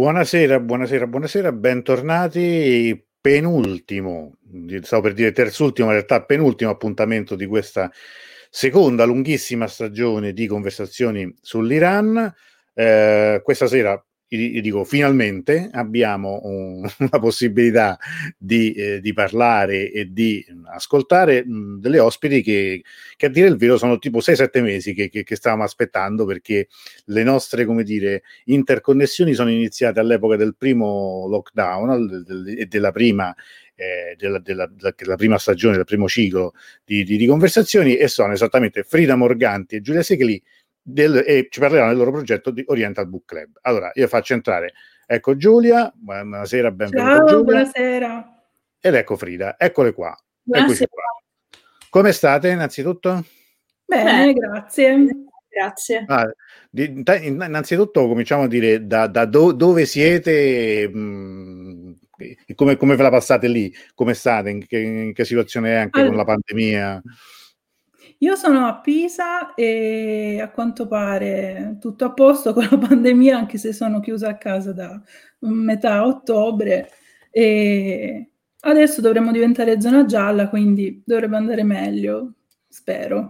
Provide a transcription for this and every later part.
Buonasera, buonasera, buonasera, bentornati. Penultimo, stavo per dire terzultimo, in realtà penultimo appuntamento di questa seconda lunghissima stagione di conversazioni sull'Iran. Questa sera, io dico, finalmente abbiamo una possibilità di parlare e di ascoltare delle ospiti che a dire il vero sono tipo 6-7 mesi che stavamo aspettando, perché le nostre, come dire, interconnessioni sono iniziate all'epoca del primo lockdown e della prima della prima stagione, del primo ciclo di conversazioni, e sono esattamente Frida Morganti e Giulia Secchi e ci parleranno del loro progetto di Oriental Book Club. Allora, io faccio entrare, ecco Giulia, buonasera, benvenuta. Ciao, Giulia. buonasera. Ed ecco Frida, eccole qua. Buonasera. Eccoci qua. Come state innanzitutto? Bene, grazie. Grazie. Innanzitutto cominciamo a dire dove siete, e come ve la passate lì, come state, in che situazione è anche con la pandemia? Io sono a Pisa e a quanto pare tutto a posto con la pandemia, anche se sono chiusa a casa da metà ottobre e adesso dovremmo diventare zona gialla, quindi dovrebbe andare meglio, spero.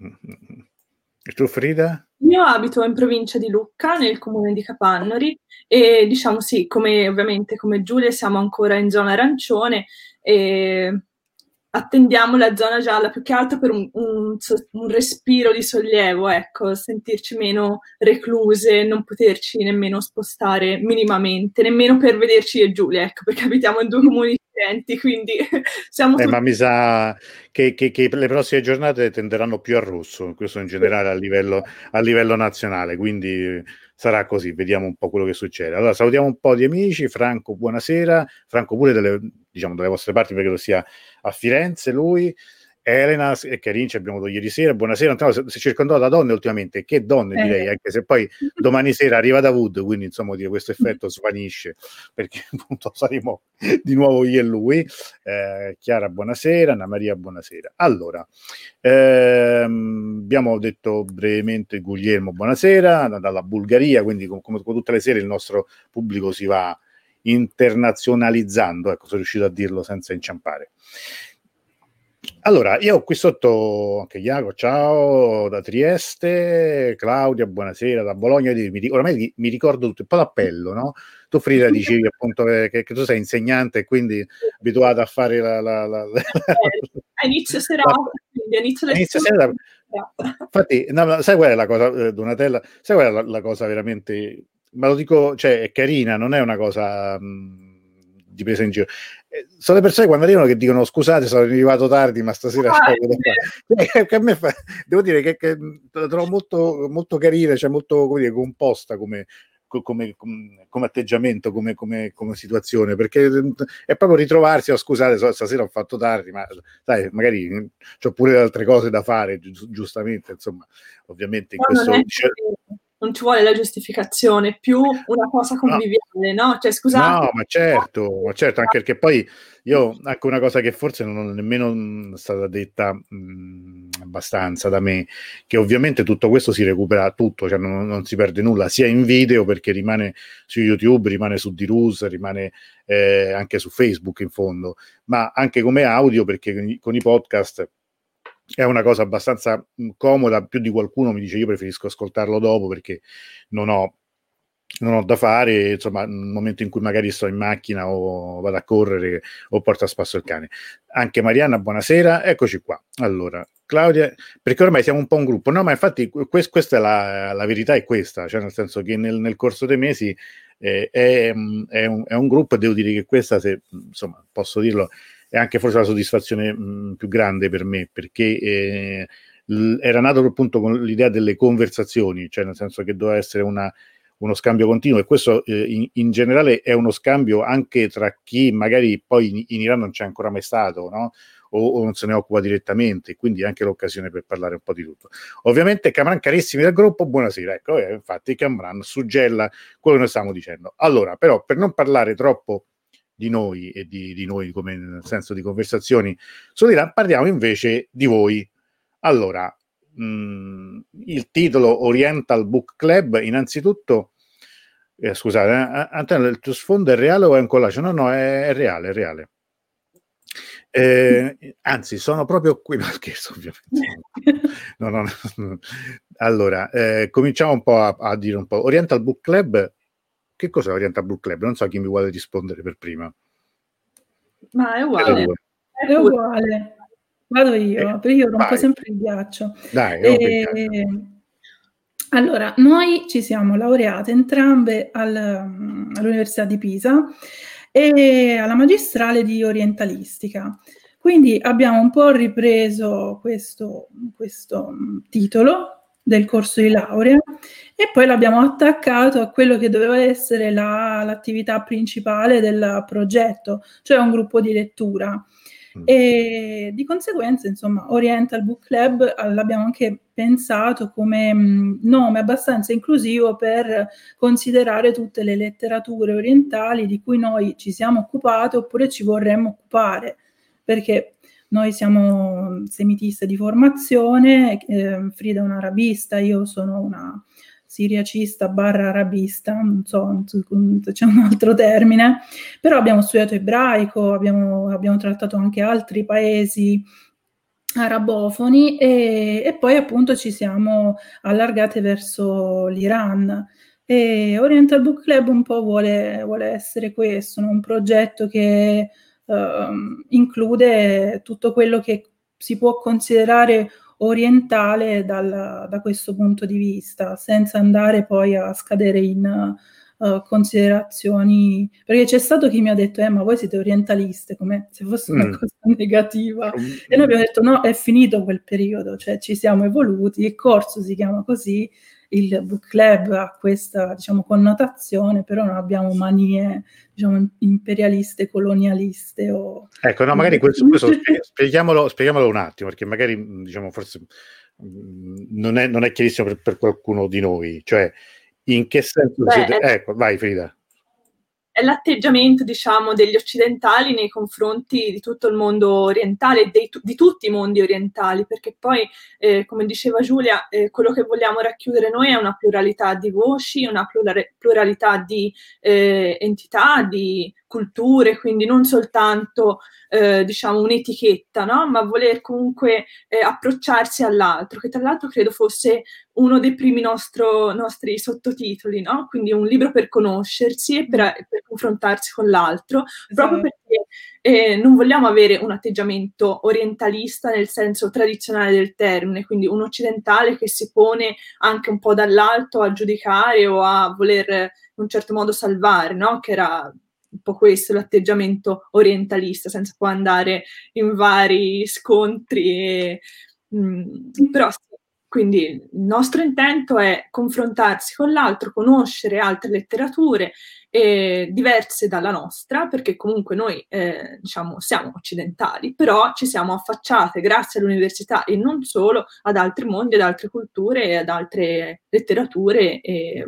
E tu Frida? Io abito in provincia di Lucca, nel comune di Capannori, e diciamo sì, ovviamente come Giulia siamo ancora in zona arancione e attendiamo la zona gialla più che altro per un respiro di sollievo, ecco, sentirci meno recluse, non poterci nemmeno spostare minimamente, nemmeno per vederci io e Giulia, ecco, perché abitiamo in due comuni differenti, quindi siamo tutti... Ma mi sa che le prossime giornate tenderanno più a rosso, questo in generale a livello nazionale, quindi sarà così, vediamo un po' quello che succede. Allora salutiamo un po' di amici. Franco, buonasera. Franco pure dalle vostre parti, perché lo sia a Firenze lui. Elena e Carin ci abbiamo avuto ieri sera, buonasera. Si circondò da donne ultimamente, che donne direi, anche se poi domani sera arriva Davud, quindi insomma questo effetto svanisce, perché appunto saremo di nuovo io e lui. Chiara, buonasera. Anna Maria, buonasera. Allora, abbiamo detto brevemente Guglielmo, buonasera, dalla Bulgaria, quindi come tutte le sere il nostro pubblico si va internazionalizzando, ecco, sono riuscito a dirlo senza inciampare. Allora, io ho qui sotto anche Iago, ciao, da Trieste, Claudia, buonasera, da Bologna. Ormai mi ricordo tutto, un po' l'appello, no? Tu Frida dicevi appunto che tu sei insegnante e quindi abituata a fare a inizio serata, quindi a inizio lezione. Infatti, no, sai qual è la cosa, Donatella? Sai qual è la cosa veramente, ma lo dico, cioè è carina, non è una cosa di presa in giro. Sono le persone quando arrivano che dicono scusate, sono arrivato tardi, ma stasera c'è poco da fare. Che a me devo dire che la trovo molto, molto carina, cioè molto, come dire, composta come atteggiamento, come situazione, perché è proprio ritrovarsi, scusate, stasera ho fatto tardi, ma sai, magari c'ho pure altre cose da fare, giustamente, insomma, ovviamente in questo... Non ci vuole la giustificazione, più una cosa conviviale, no? Cioè, scusate. No, ma certo, anche perché poi io, anche una cosa che forse non è nemmeno stata detta abbastanza da me, che ovviamente tutto questo si recupera tutto, cioè non si perde nulla, sia in video perché rimane su YouTube, rimane su D-Rus, rimane anche su Facebook in fondo, ma anche come audio, perché con i podcast è una cosa abbastanza comoda. Più di qualcuno mi dice io preferisco ascoltarlo dopo perché non ho da fare, insomma, nel momento in cui magari sto in macchina o vado a correre o porto a spasso il cane. Anche Marianna, buonasera, eccoci qua. Allora, Claudia, perché ormai siamo un po' un gruppo, no? Ma infatti questa è la verità, è questa, cioè nel senso che nel corso dei mesi è un gruppo, e devo dire che questa, se insomma posso dirlo, è anche forse la soddisfazione più grande per me, perché era nato appunto con l'idea delle conversazioni, cioè nel senso che doveva essere uno scambio continuo, e questo in generale è uno scambio anche tra chi magari poi in Iran non c'è ancora mai stato, no? O non se ne occupa direttamente, quindi è anche l'occasione per parlare un po' di tutto. Ovviamente Camran, carissimi del gruppo, buonasera. Ecco, infatti Camran suggella quello che noi stiamo dicendo. Allora, però, per non parlare troppo di noi e di noi come nel senso di conversazioni sull'Iran, parliamo invece di voi. Allora, il titolo Oriental Book Club, innanzitutto Scusate, Antonio, il tuo sfondo è reale o è un collage? No, è reale, è reale. Anzi, sono proprio qui, no scherzo ovviamente. No. Allora, cominciamo un po' a dire un po'. Oriental Book Club, che cos'è Oriental Book Club? Non so chi mi vuole rispondere per prima. Ma è uguale. È uguale. Vado io, perché io rompo sempre il ghiaccio. Dai, allora, noi ci siamo laureate entrambe all'Università di Pisa e alla magistrale di orientalistica. Quindi abbiamo un po' ripreso questo titolo del corso di laurea e poi l'abbiamo attaccato a quello che doveva essere l'attività principale del progetto, cioè un gruppo di lettura. E di conseguenza, insomma, Oriental Book Club l'abbiamo anche pensato come nome abbastanza inclusivo per considerare tutte le letterature orientali di cui noi ci siamo occupate oppure ci vorremmo occupare, perché noi siamo semitiste di formazione, Frida è un arabista, io sono una siriacista / arabista, non so se c'è un altro termine, però abbiamo studiato ebraico, abbiamo trattato anche altri paesi arabofoni e poi appunto ci siamo allargate verso l'Iran. E Oriental Book Club un po' vuole essere questo, no? Un progetto che include tutto quello che si può considerare orientale da questo punto di vista, senza andare poi a scadere in considerazioni, perché c'è stato chi mi ha detto ma voi siete orientaliste, come se fosse una cosa negativa, e noi abbiamo detto no, è finito quel periodo, cioè ci siamo evoluti, il corso si chiama così, il book club ha questa, diciamo, connotazione, però non abbiamo manie, diciamo, imperialiste, colonialiste ecco, no, magari questo spieghiamolo un attimo, perché magari, diciamo, forse non è chiarissimo per qualcuno di noi, cioè in che senso siete... Ecco, vai Frida. È l'atteggiamento, diciamo, degli occidentali nei confronti di tutto il mondo orientale, di tutti i mondi orientali, perché poi, come diceva Giulia, quello che vogliamo racchiudere noi è una pluralità di voci, una pluralità di entità, di culture, quindi non soltanto diciamo un'etichetta, no? Ma voler comunque approcciarsi all'altro, che tra l'altro credo fosse uno dei primi nostri sottotitoli, no? Quindi un libro per conoscersi e per confrontarsi con l'altro, proprio perché non vogliamo avere un atteggiamento orientalista nel senso tradizionale del termine, quindi un occidentale che si pone anche un po' dall'alto a giudicare o a voler in un certo modo salvare, no? Che era un po' questo l'atteggiamento orientalista, senza poi andare in vari scontri. Però sì, quindi il nostro intento è confrontarsi con l'altro, conoscere altre letterature diverse dalla nostra, perché comunque noi diciamo siamo occidentali, però ci siamo affacciate grazie all'università e non solo ad altri mondi, ad altre culture e ad altre letterature e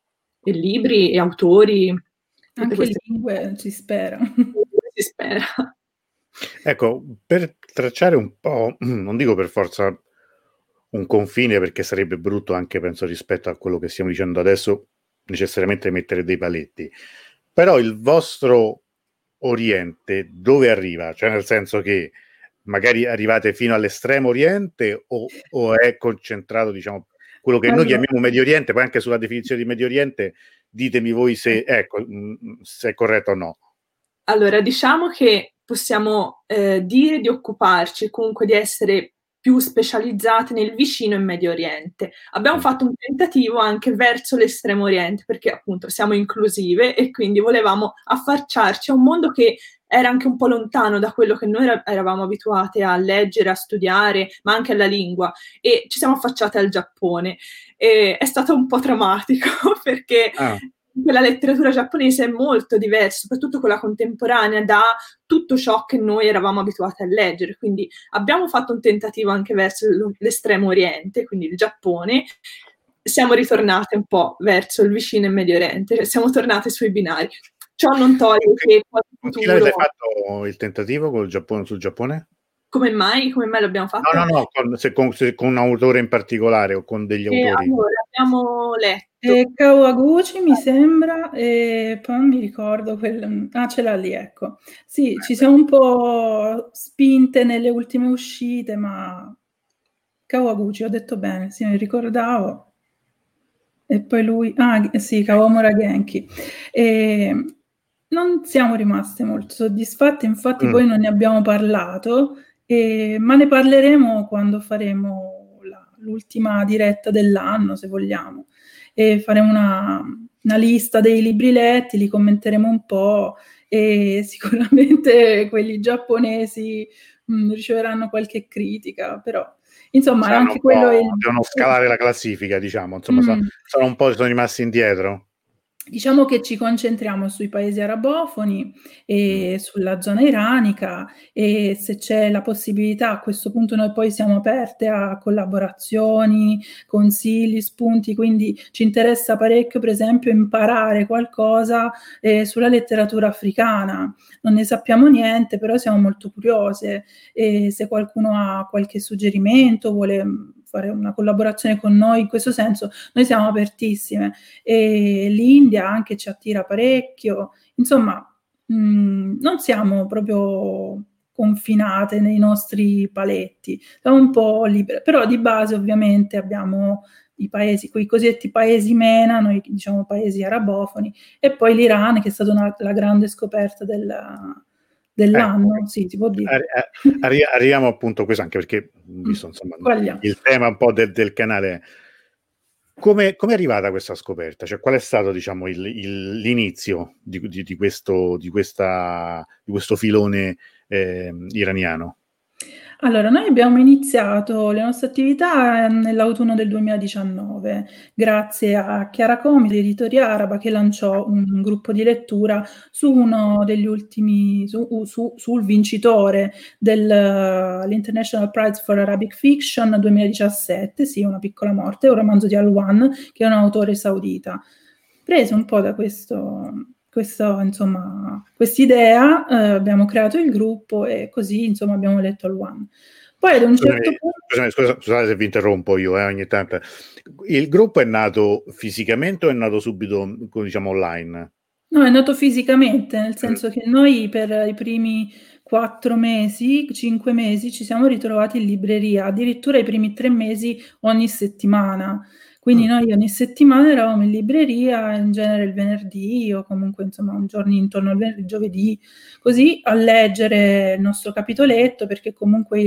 libri e autori. Anche lingue, si spera. Si spera. Ecco, per tracciare un po', non dico per forza un confine, perché sarebbe brutto anche, penso, rispetto a quello che stiamo dicendo adesso, necessariamente mettere dei paletti. Però il vostro Oriente dove arriva? Cioè nel senso che magari arrivate fino all'estremo Oriente o è concentrato, diciamo, quello che noi chiamiamo Medio Oriente, poi anche sulla definizione di Medio Oriente ditemi voi se è corretto o no. Allora, diciamo che possiamo dire di occuparci, comunque di essere più specializzate nel vicino e Medio Oriente. Abbiamo fatto un tentativo anche verso l'estremo Oriente, perché appunto siamo inclusive e quindi volevamo affacciarci a un mondo che era anche un po' lontano da quello che noi eravamo abituate a leggere, a studiare, ma anche alla lingua, e ci siamo affacciate al Giappone. E è stato un po' traumatico perché la letteratura giapponese è molto diversa, soprattutto quella contemporanea, da tutto ciò che noi eravamo abituati a leggere. Quindi abbiamo fatto un tentativo anche verso l'estremo Oriente, quindi il Giappone. Siamo ritornate un po' verso il vicino e Medio Oriente, cioè siamo tornate sui binari. Ciò non toglie che con chi avete fatto il tentativo sul Giappone? Come mai? Come mai l'abbiamo fatto? No, con un autore in particolare o con degli autori? Allora, abbiamo letto. Kawaguchi mi sembra, e poi non mi ricordo ce l'ha lì, ecco. Sì, ci siamo un po' spinte nelle ultime uscite, ma Kawaguchi, ho detto bene, sì, mi ricordavo. E poi lui, sì, Kawamura Genki. E non siamo rimaste molto soddisfatte, infatti poi non ne abbiamo parlato, ma ne parleremo quando faremo l'ultima diretta dell'anno, se vogliamo. E faremo una lista dei libri letti, li commenteremo un po' e sicuramente quelli giapponesi riceveranno qualche critica, però insomma anche quello è devono scalare la classifica, diciamo, insomma, sono rimasti indietro. Diciamo che ci concentriamo sui paesi arabofoni e sulla zona iranica, e se c'è la possibilità, a questo punto noi poi siamo aperte a collaborazioni, consigli, spunti, quindi ci interessa parecchio, per esempio, imparare qualcosa sulla letteratura africana. Non ne sappiamo niente, però siamo molto curiose, e se qualcuno ha qualche suggerimento, vuole fare una collaborazione con noi in questo senso, noi siamo apertissime. E l'India anche ci attira parecchio, insomma, non siamo proprio confinate nei nostri paletti, siamo un po' libere, però di base ovviamente abbiamo i paesi, quei cosiddetti paesi MENA, noi diciamo paesi arabofoni, e poi l'Iran, che è stata la grande scoperta dell'anno, sì, si può dire. Arriviamo appunto a questo, anche perché visto insomma il tema un po' del canale. Come è arrivata questa scoperta? Cioè, qual è stato, diciamo, l'inizio di questo filone iraniano? Allora, noi abbiamo iniziato le nostre attività nell'autunno del 2019, grazie a Chiara Comi, l'editoria araba, che lanciò un gruppo di lettura su uno degli ultimi, sul vincitore dell'International Prize for Arabic Fiction 2017, sì, Una piccola morte, un romanzo di Alwan, che è un autore saudita. Preso un po' da quest'idea, abbiamo creato il gruppo e così, insomma, abbiamo letto Alwan. Poi ad un certo punto... Scusate se vi interrompo io ogni tanto. Il gruppo è nato fisicamente o è nato subito, diciamo, online? No, è nato fisicamente, nel senso che noi per i primi 4 mesi, 5 mesi ci siamo ritrovati in libreria, addirittura i primi 3 mesi ogni settimana. Quindi noi ogni settimana eravamo in libreria, in genere il venerdì o comunque insomma un giorno intorno al giovedì, così a leggere il nostro capitoletto, perché comunque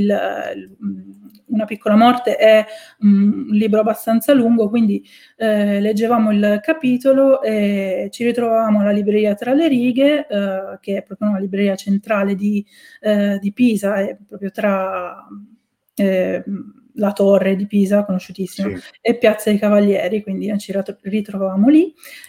Una piccola morte è un libro abbastanza lungo, quindi leggevamo il capitolo e ci ritrovavamo alla libreria Tra le righe, che è proprio una libreria centrale di Pisa, è proprio tra la torre di Pisa, conosciutissima, e Piazza dei Cavalieri, quindi ci ritrovavamo lì,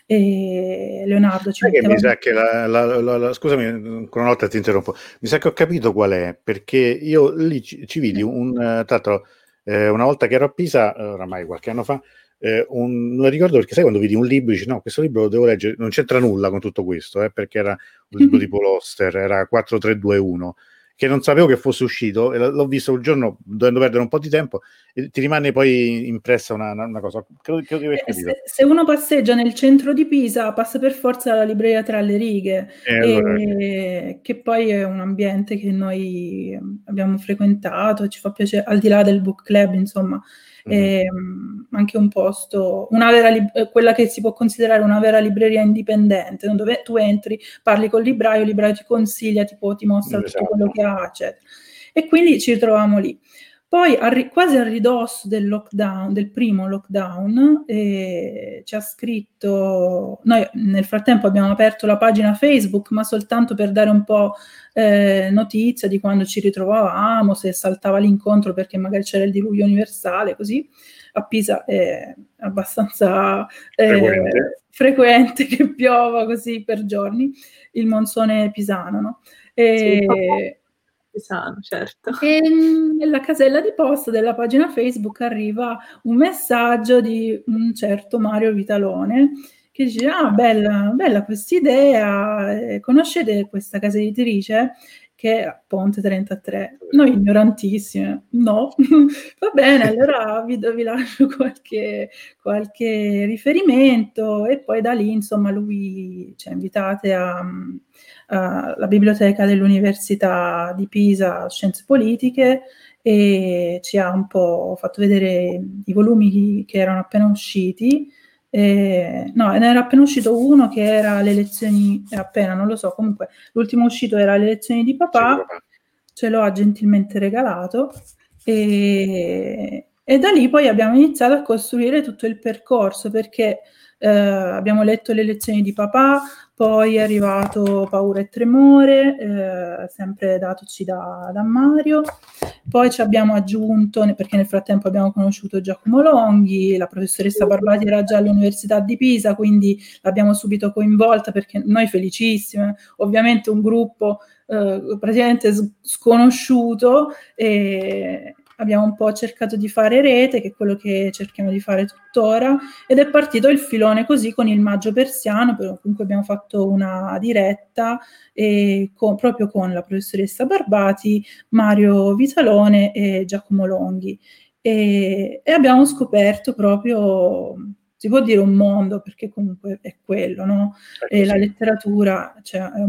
e Leonardo ci metteva... Mi sa che scusami, ancora una volta ti interrompo, mi sa che ho capito qual è, perché io lì ci vidi tra l'altro una volta che ero a Pisa, oramai qualche anno fa, non ricordo, perché sai quando vedi un libro e dici no, questo libro lo devo leggere, non c'entra nulla con tutto questo, perché era un libro tipo Loster, era 4321, che non sapevo che fosse uscito, e l'ho visto un giorno dovendo perdere un po' di tempo, e ti rimane poi impressa una cosa. Credo di aver capito. Se uno passeggia nel centro di Pisa, passa per forza alla libreria Tra le righe, che poi è un ambiente che noi abbiamo frequentato, ci fa piacere, al di là del book club, insomma, anche un posto, quella che si può considerare una vera libreria indipendente, dove tu entri, parli col libraio, il libraio ti consiglia, ti mostra tutto quello che ha, eccetera. E quindi ci troviamo lì. Poi quasi a ridosso del primo lockdown, ci ha scritto, noi nel frattempo abbiamo aperto la pagina Facebook, ma soltanto per dare un po' notizia di quando ci ritrovavamo, se saltava l'incontro perché magari c'era il diluvio universale, così. A Pisa è abbastanza frequente che piova così per giorni, il monsone pisano, no? Pisano, certo. E nella casella di posta della pagina Facebook arriva un messaggio di un certo Mario Vitalone che dice: bella quest'idea, conoscete questa casa editrice? che è Ponte 33. Noi ignorantissime, no, va bene, allora vi lascio qualche riferimento, e poi da lì, insomma, lui ci ha invitate alla biblioteca dell'Università di Pisa, Scienze Politiche, e ci ha un po' fatto vedere i volumi che erano appena usciti. No, ne era appena uscito uno che era le lezioni, non lo so, comunque l'ultimo uscito era le lezioni di papà, ce lo ha gentilmente regalato, e da lì poi abbiamo iniziato a costruire tutto il percorso, perché abbiamo letto le lezioni di papà, poi è arrivato Paura e Tremore, sempre datoci da Mario, poi ci abbiamo aggiunto, perché nel frattempo abbiamo conosciuto Giacomo Longhi, la professoressa Barbati era già all'Università di Pisa, quindi l'abbiamo subito coinvolta, perché noi felicissime, ovviamente un gruppo praticamente sconosciuto, e abbiamo un po' cercato di fare rete, che è quello che cerchiamo di fare tuttora, ed è partito il filone così con il Maggio Persiano, però comunque abbiamo fatto una diretta proprio con la professoressa Barbati, Mario Vitalone e Giacomo Longhi, e abbiamo scoperto proprio, si può dire un mondo, perché comunque è quello, no? E la letteratura, cioè, è un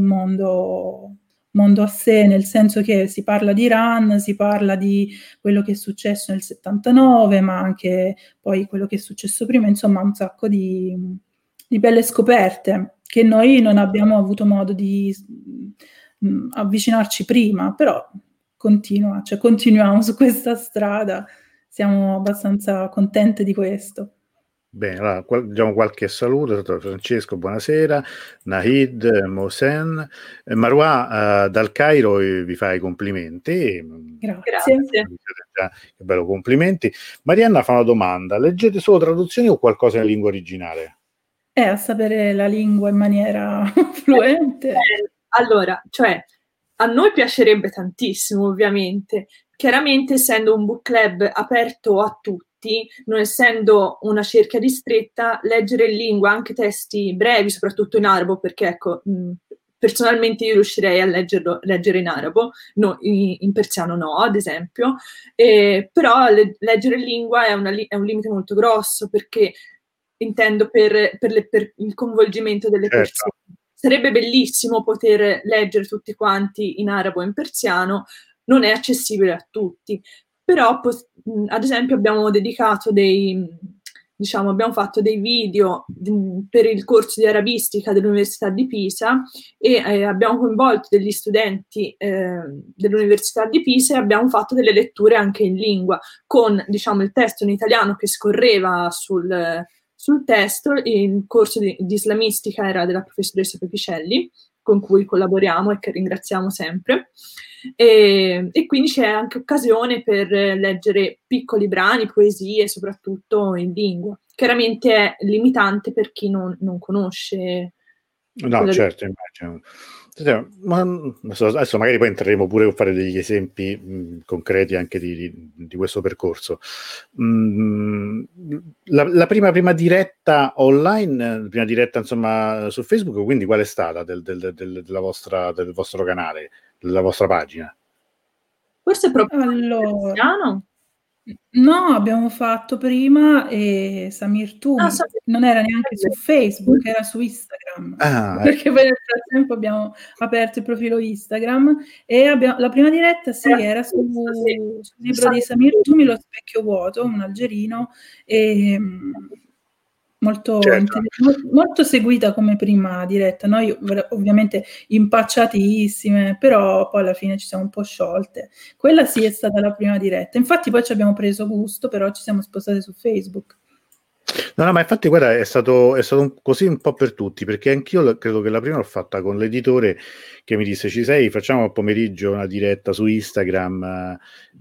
mondo a sé, nel senso che si parla di Iran, si parla di quello che è successo nel 79, ma anche poi quello che è successo prima, insomma un sacco di belle scoperte che noi non abbiamo avuto modo di avvicinarci prima, però continuiamo su questa strada, siamo abbastanza contente di questo. Bene, allora, diciamo qualche saluto, dottor Francesco, buonasera, Nahid, Mohsen, Marwa dal Cairo vi fa i complimenti. Grazie. Che bello, complimenti. Marianna fa una domanda: leggete solo traduzioni o qualcosa in lingua originale? A sapere la lingua in maniera fluente. Allora, cioè, a noi piacerebbe tantissimo, ovviamente. Chiaramente, essendo un book club aperto a tutti, non essendo una cerchia ristretta, leggere in lingua anche testi brevi, soprattutto in arabo, perché ecco, personalmente io riuscirei a leggere in arabo, no, in persiano no, ad esempio, però leggere in lingua è un limite molto grosso, perché intendo per il coinvolgimento delle persone. Sarebbe bellissimo poter leggere tutti quanti in arabo e in persiano, non è accessibile a tutti, però ad esempio abbiamo fatto dei video per il corso di arabistica dell'Università di Pisa, e abbiamo coinvolto degli studenti dell'Università di Pisa, e abbiamo fatto delle letture anche in lingua, con, diciamo, il testo in italiano che scorreva sul testo. Il corso di islamistica era della professoressa Pepicelli, con cui collaboriamo e che ringraziamo sempre, e quindi c'è anche occasione per leggere piccoli brani, poesie, soprattutto in lingua. Chiaramente è limitante per chi non conosce. No, certo, immagino. Ma adesso magari poi entreremo pure a fare degli esempi concreti anche di questo percorso. La prima diretta online, prima diretta insomma su Facebook, quindi qual è stata del vostro canale, della vostra pagina? Forse proprio persiano? No, abbiamo fatto prima Samir Tumi, non era neanche su Facebook, era su Instagram, perché poi nel frattempo abbiamo aperto il profilo Instagram, e la prima diretta era sul libro di Samir Tumi, Lo specchio vuoto, un algerino, e molto seguita come prima diretta. Noi ovviamente impacciatissime, però poi alla fine ci siamo un po' sciolte. Quella sì è stata la prima diretta, infatti poi ci abbiamo preso gusto, però ci siamo spostate su Facebook. No, ma infatti guarda, è stato così un po' per tutti, perché anch'io credo che la prima l'ho fatta con l'editore che mi disse: ci sei, facciamo al pomeriggio una diretta su Instagram,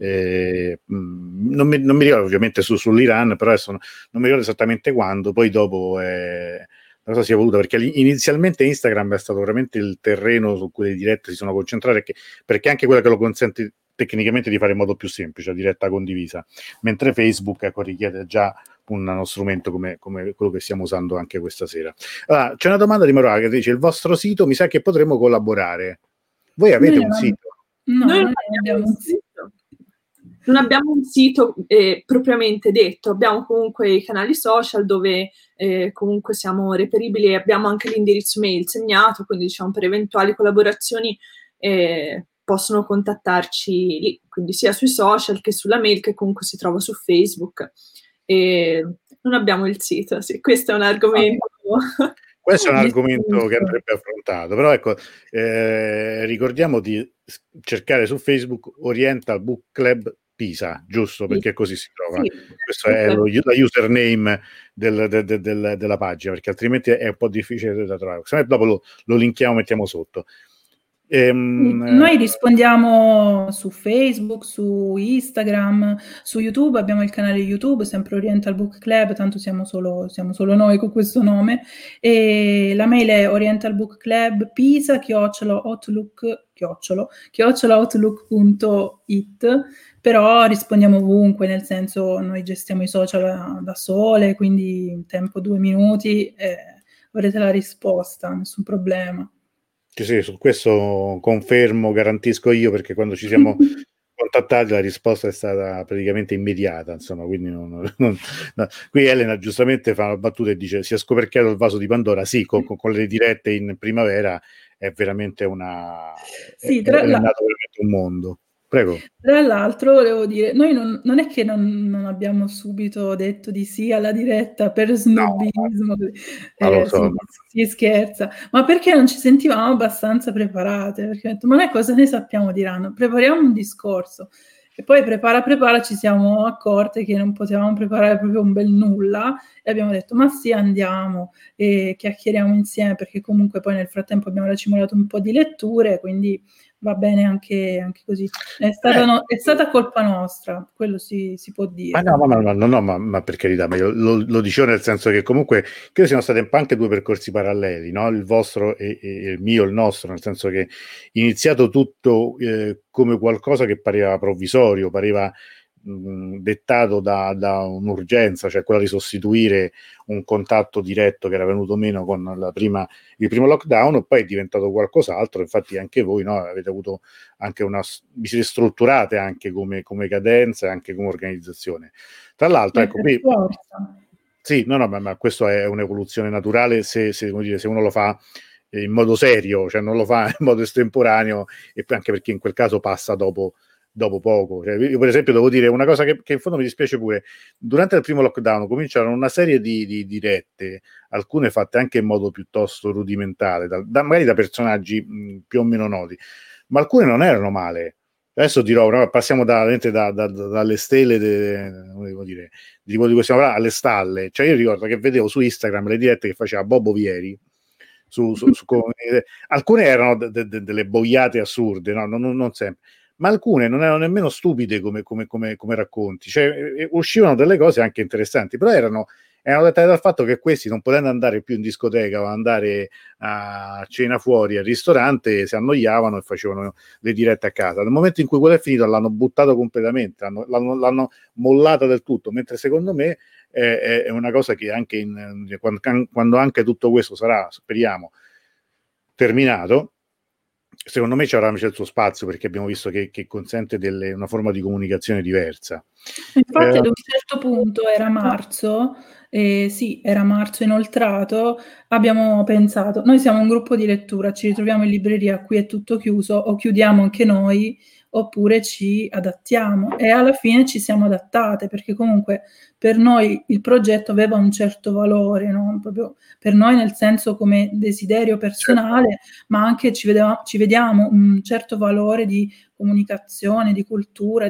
non mi ricordo ovviamente sull'Iran, però adesso non mi ricordo esattamente quando, poi dopo la cosa si è evoluta, perché inizialmente Instagram è stato veramente il terreno su cui le dirette si sono concentrate, perché è anche quella che lo consente tecnicamente di fare in modo più semplice, la diretta condivisa, mentre Facebook richiede già uno strumento come quello che stiamo usando anche questa sera. Allora, c'è una domanda di Maroa che dice: il vostro sito, mi sa che potremmo collaborare. Voi avete un sito? No, Noi non abbiamo un sito. Non abbiamo un sito propriamente detto, abbiamo comunque i canali social dove comunque siamo reperibili e abbiamo anche l'indirizzo mail segnato, quindi diciamo per eventuali collaborazioni possono contattarci lì, quindi sia sui social che sulla mail che comunque si trova su Facebook. Non abbiamo il sito, sì, questo è un argomento. Questo è un argomento che andrebbe affrontato, però ecco, ricordiamo di cercare su Facebook Oriental Book Club Pisa, giusto? Perché così si trova. Sì, questo è la username della pagina, perché altrimenti è un po' difficile da trovare. Se no, dopo lo linkiamo, mettiamo sotto. Noi rispondiamo su Facebook, su Instagram, su YouTube, abbiamo il canale YouTube, sempre Oriental Book Club, tanto siamo solo noi con questo nome, e la mail è orientalbookclub.pisa@outlook.it, però rispondiamo ovunque, nel senso noi gestiamo i social da sole, quindi in tempo 2 minuti avrete la risposta, nessun problema. Sì, su questo confermo, garantisco io, perché quando ci siamo contattati la risposta è stata praticamente immediata, insomma, quindi no. Qui Elena giustamente fa una battuta e dice: si è scoperchiato il vaso di Pandora. Sì, con le dirette in primavera è veramente è nato veramente un mondo. Prego. Tra l'altro volevo dire, noi non è che non abbiamo subito detto di sì alla diretta per snobismo, si scherza, ma perché non ci sentivamo abbastanza preparate, perché ho detto, ma noi cosa ne sappiamo diranno? Prepariamo un discorso. E poi prepara, ci siamo accorte che non potevamo preparare proprio un bel nulla e abbiamo detto, ma sì, andiamo e chiacchieriamo insieme, perché comunque poi nel frattempo abbiamo racimolato un po' di letture, quindi va bene anche così. È stata colpa nostra, quello si può dire. Ma per carità, ma io lo dicevo nel senso che comunque credo siano stati anche due percorsi paralleli, no? Il vostro e il mio, il nostro, nel senso che iniziato tutto come qualcosa che pareva provvisorio, pareva dettato da un'urgenza, cioè quella di sostituire un contatto diretto che era venuto meno con il primo lockdown, poi è diventato qualcos'altro. Infatti anche voi, no, avete avuto anche vi siete strutturate anche come cadenza e anche come organizzazione. Tra l'altro, ecco qui. Sì, ma questo è un'evoluzione naturale se uno lo fa in modo serio, cioè non lo fa in modo estemporaneo, e anche perché in quel caso passa dopo poco. Cioè, io per esempio devo dire una cosa che in fondo mi dispiace pure: durante il primo lockdown cominciarono una serie di dirette, alcune fatte anche in modo piuttosto rudimentale, magari da personaggi più o meno noti, ma alcune non erano male. Adesso dirò, no, passiamo dalle stelle, come devo dire, di cui stiamo parlando, alle stalle. Cioè io ricordo che vedevo su Instagram le dirette che faceva Bobo Vieri, alcune erano delle boiate assurde, no? Non sempre, ma alcune non erano nemmeno stupide come racconti, cioè uscivano delle cose anche interessanti, però erano dettate dal fatto che questi, non potendo andare più in discoteca o andare a cena fuori al ristorante, si annoiavano e facevano le dirette a casa. Nel momento in cui quello è finito l'hanno buttato completamente, l'hanno mollata del tutto, mentre secondo me è una cosa che anche quando anche tutto questo sarà, speriamo, terminato, secondo me c'è il suo spazio, perché abbiamo visto che consente una forma di comunicazione diversa. Infatti ad un certo punto era marzo, era marzo inoltrato, abbiamo pensato, noi siamo un gruppo di lettura, ci ritroviamo in libreria, qui è tutto chiuso, o chiudiamo anche noi, oppure ci adattiamo, e alla fine ci siamo adattate, perché comunque per noi il progetto aveva un certo valore, no? Proprio per noi nel senso come desiderio personale, ma anche ci vediamo un certo valore di comunicazione, di cultura,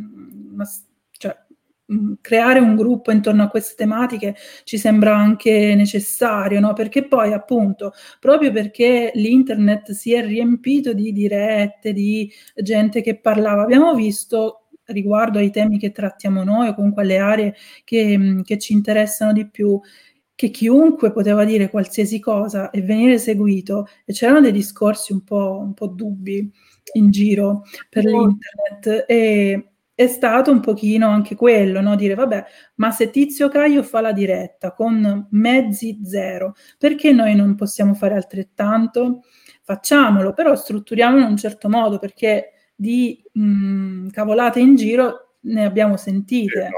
creare un gruppo intorno a queste tematiche ci sembra anche necessario, no? Perché poi appunto, proprio perché l'internet si è riempito di dirette, di gente che parlava, abbiamo visto riguardo ai temi che trattiamo noi o comunque alle aree che ci interessano di più, che chiunque poteva dire qualsiasi cosa e venire seguito, e c'erano dei discorsi un po' dubbi in giro per l'internet, e è stato un pochino anche quello, no? Dire vabbè, ma se Tizio Caio fa la diretta con mezzi zero, perché noi non possiamo fare altrettanto? Facciamolo, però strutturiamolo in un certo modo, perché di cavolate in giro ne abbiamo sentite.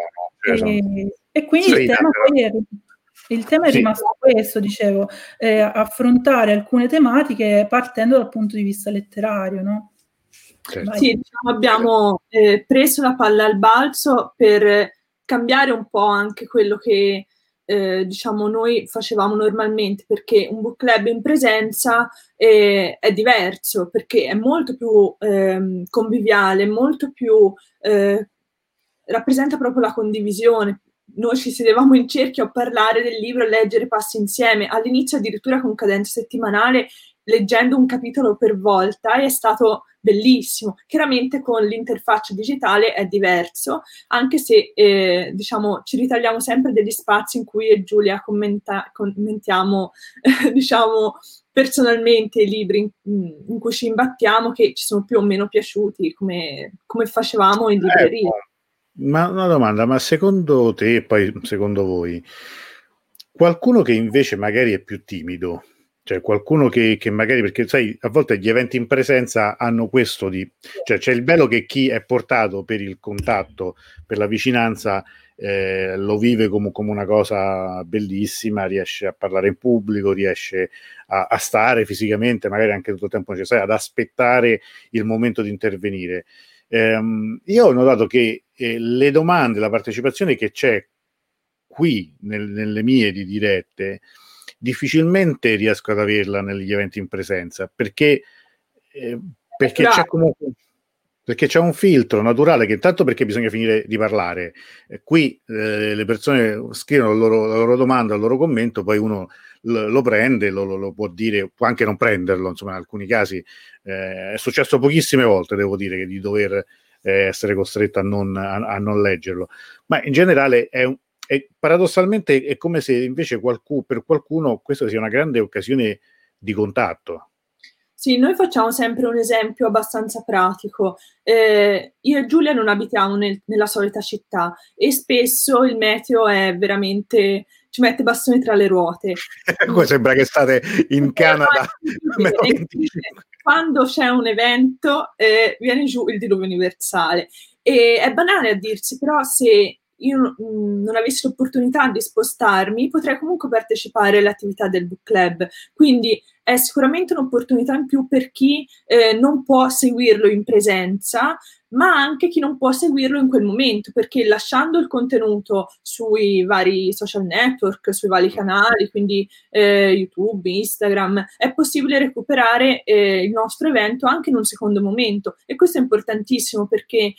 E quindi il tema è rimasto questo, dicevo, affrontare alcune tematiche partendo dal punto di vista letterario, no? Certo. Sì, diciamo, abbiamo preso la palla al balzo per cambiare un po' anche quello che diciamo noi facevamo normalmente, perché un book club in presenza è diverso, perché è molto più conviviale, molto più rappresenta proprio la condivisione. Noi ci sedevamo in cerchio a parlare del libro, a leggere passi insieme, all'inizio addirittura con cadenza settimanale, leggendo un capitolo per volta, e è stato bellissimo. Chiaramente con l'interfaccia digitale è diverso, anche se diciamo ci ritagliamo sempre degli spazi in cui io e Giulia commentiamo diciamo personalmente i libri in cui ci imbattiamo, che ci sono più o meno piaciuti, come facevamo in libreria. Ma una domanda, ma secondo te, e poi secondo voi, qualcuno che invece magari è più timido, cioè qualcuno che magari, perché sai, a volte gli eventi in presenza hanno questo cioè c'è il bello che chi è portato per il contatto, per la vicinanza, lo vive come una cosa bellissima, riesce a parlare in pubblico, riesce a stare fisicamente, magari anche tutto il tempo necessario, ad aspettare il momento di intervenire. Io ho notato che le domande, la partecipazione che c'è qui nelle mie di dirette, difficilmente riesco ad averla negli eventi in presenza, perché c'è comunque, perché c'è un filtro naturale, che intanto perché bisogna finire di parlare, qui le persone scrivono la loro domanda, il loro commento, poi uno lo prende, lo può dire, può anche non prenderlo, insomma in alcuni casi è successo pochissime volte, devo dire, di dover essere costretto a non leggerlo, ma in generale paradossalmente è come se invece per qualcuno questa sia una grande occasione di contatto. Sì, noi facciamo sempre un esempio abbastanza pratico. Io e Giulia non abitiamo nella solita città e spesso il meteo è veramente, ci mette bastoni tra le ruote. Sembra che state in Canada. Quando c'è un evento viene giù il diluvio universale. E è banale a dirsi, però se io non avessi l'opportunità di spostarmi, potrei comunque partecipare alle attività del book club. Quindi è sicuramente un'opportunità in più per chi non può seguirlo in presenza, ma anche chi non può seguirlo in quel momento, perché lasciando il contenuto sui vari social network, sui vari canali, quindi YouTube, Instagram, è possibile recuperare il nostro evento anche in un secondo momento. E questo è importantissimo, perché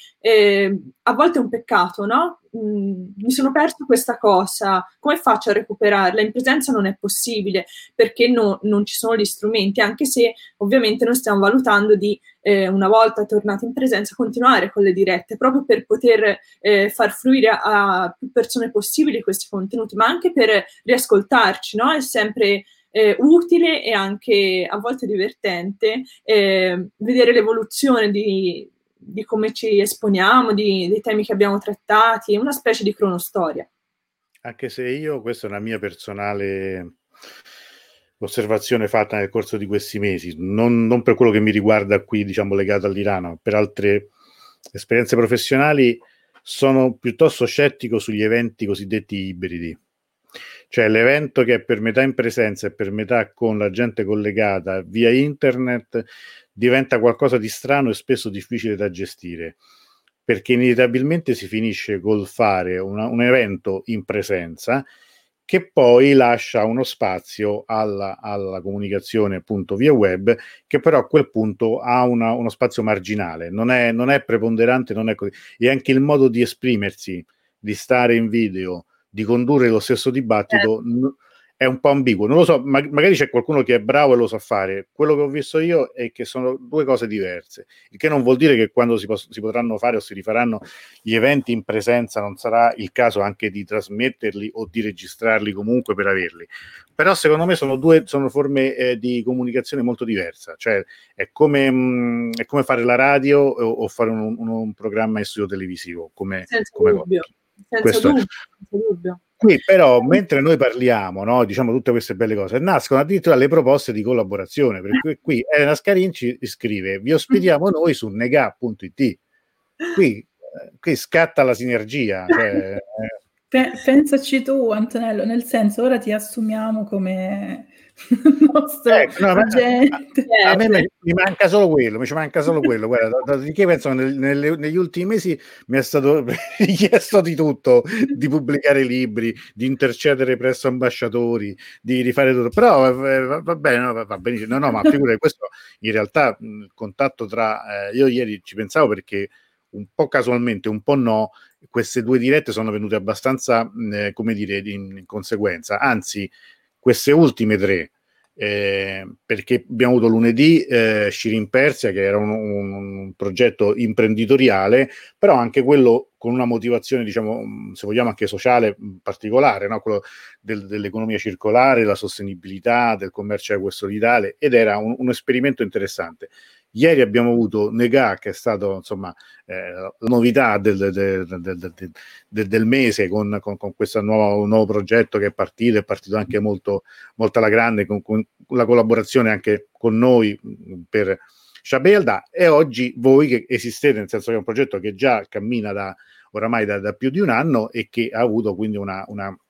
a volte è un peccato, no? Mi sono perso questa cosa, come faccio a recuperarla? In presenza non è possibile, perché non ci sono gli strumenti, anche se ovviamente noi stiamo valutando di una volta tornati in presenza continuare con le dirette, proprio per poter far fruire a più persone possibili questi contenuti, ma anche per riascoltarci, no? È sempre utile e anche a volte divertente vedere l'evoluzione di come ci esponiamo, dei temi che abbiamo trattati, una specie di cronostoria. Anche se questa è una mia personale osservazione fatta nel corso di questi mesi, non per quello che mi riguarda qui, diciamo, legato all'Irano, per altre esperienze professionali, sono piuttosto scettico sugli eventi cosiddetti ibridi. Cioè l'evento che è per metà in presenza e per metà con la gente collegata via internet diventa qualcosa di strano e spesso difficile da gestire, perché inevitabilmente si finisce col fare un evento in presenza che poi lascia uno spazio alla comunicazione appunto via web, che però a quel punto ha uno spazio marginale, non è preponderante, non è così. E anche il modo di esprimersi, di stare in video, di condurre lo stesso dibattito è un po' ambiguo. Non lo so, magari c'è qualcuno che è bravo e lo sa fare. Quello che ho visto io è che sono due cose diverse, il che non vuol dire che quando si potranno fare o si rifaranno gli eventi in presenza non sarà il caso anche di trasmetterli o di registrarli comunque per averli. Però secondo me sono forme di comunicazione molto diverse, cioè è come fare la radio o fare un programma in studio televisivo, come dubbio. Senza dubbio. Qui però, mentre noi parliamo, no, diciamo tutte queste belle cose, nascono addirittura le proposte di collaborazione, perché qui Elena Scarinci scrive: vi ospitiamo noi su nega.it. Qui scatta la sinergia. Cioè, Pensaci tu, Antonello, nel senso, ora ti assumiamo come nostro agente. A me mi manca solo quello, Guarda, di che penso negli ultimi mesi mi è stato richiesto di tutto, di pubblicare libri, di intercedere presso ambasciatori, di rifare tutto, però va bene, no, va benissimo. No, ma figurati, questo in realtà il contatto tra io ieri ci pensavo, perché un po' casualmente, un po' no, queste due dirette sono venute abbastanza, come dire, in conseguenza. Anzi, queste ultime tre, perché abbiamo avuto lunedì Shirin Persia, che era un progetto imprenditoriale, però anche quello con una motivazione, diciamo, se vogliamo anche sociale particolare, no? Quello dell'economia circolare, la sostenibilità, del commercio equo e solidale, ed era un esperimento interessante. Ieri abbiamo avuto Nega, che è stato, insomma, la novità del mese con questo nuovo progetto che è partito anche molto alla grande, con la collaborazione anche con noi per Shabelda, e oggi voi che esistete, nel senso che è un progetto che già cammina oramai da più di un anno e che ha avuto quindi una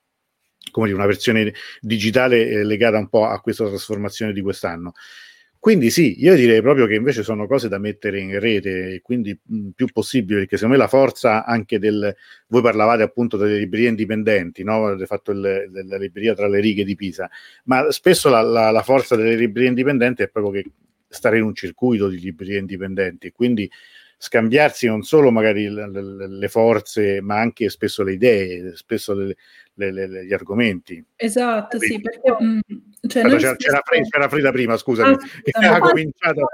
versione digitale legata un po' a questa trasformazione di quest'anno. Quindi sì, io direi proprio che invece sono cose da mettere in rete, e quindi più possibile, perché secondo me la forza anche voi parlavate appunto delle librerie indipendenti, no? Avete fatto la libreria tra le righe di Pisa, ma spesso la forza delle librerie indipendenti è proprio che stare in un circuito di librerie indipendenti, e quindi scambiarsi non solo magari le forze, ma anche spesso le idee, spesso gli argomenti. Esatto, sì, perché cioè Aspetta, c'era Frida prima, scusami, che ha cominciato.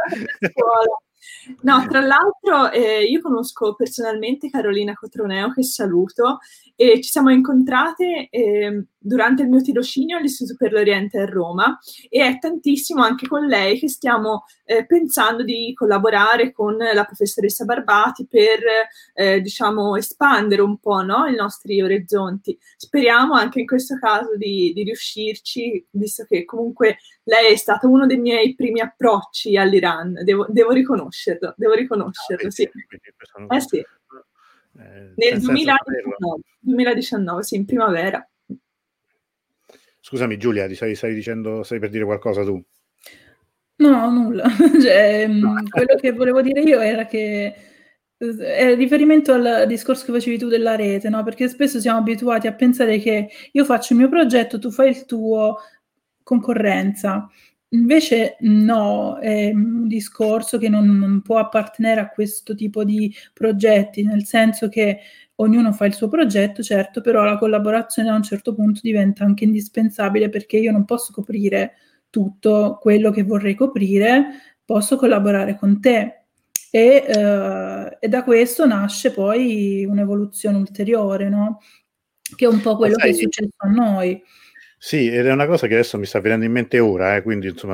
No, tra l'altro io conosco personalmente Carolina Cotroneo, che saluto, e ci siamo incontrate durante il mio tirocinio all'Istituto per l'Oriente a Roma, e è tantissimo anche con lei che stiamo pensando di collaborare con la professoressa Barbati per diciamo espandere un po', no, i nostri orizzonti. Speriamo anche in questo caso di riuscirci, visto che comunque lei è stato uno dei miei primi approcci all'Iran, devo riconoscerlo, sì. Sì. Nel 2019, sì, in primavera. Scusami Giulia, stai per dire qualcosa tu? No, nulla. Cioè, quello che volevo dire io era che è riferimento al discorso che facevi tu della rete, no? Perché spesso siamo abituati a pensare che io faccio il mio progetto, tu fai il tuo, concorrenza. Invece no, è un discorso che non può appartenere a questo tipo di progetti, nel senso che ognuno fa il suo progetto, certo, però la collaborazione a un certo punto diventa anche indispensabile, perché io non posso coprire tutto quello che vorrei coprire, posso collaborare con te. E da questo nasce poi un'evoluzione ulteriore, no? Che è un po' quello che è successo a noi. Sì, ed è una cosa che adesso mi sta venendo in mente ora, quindi insomma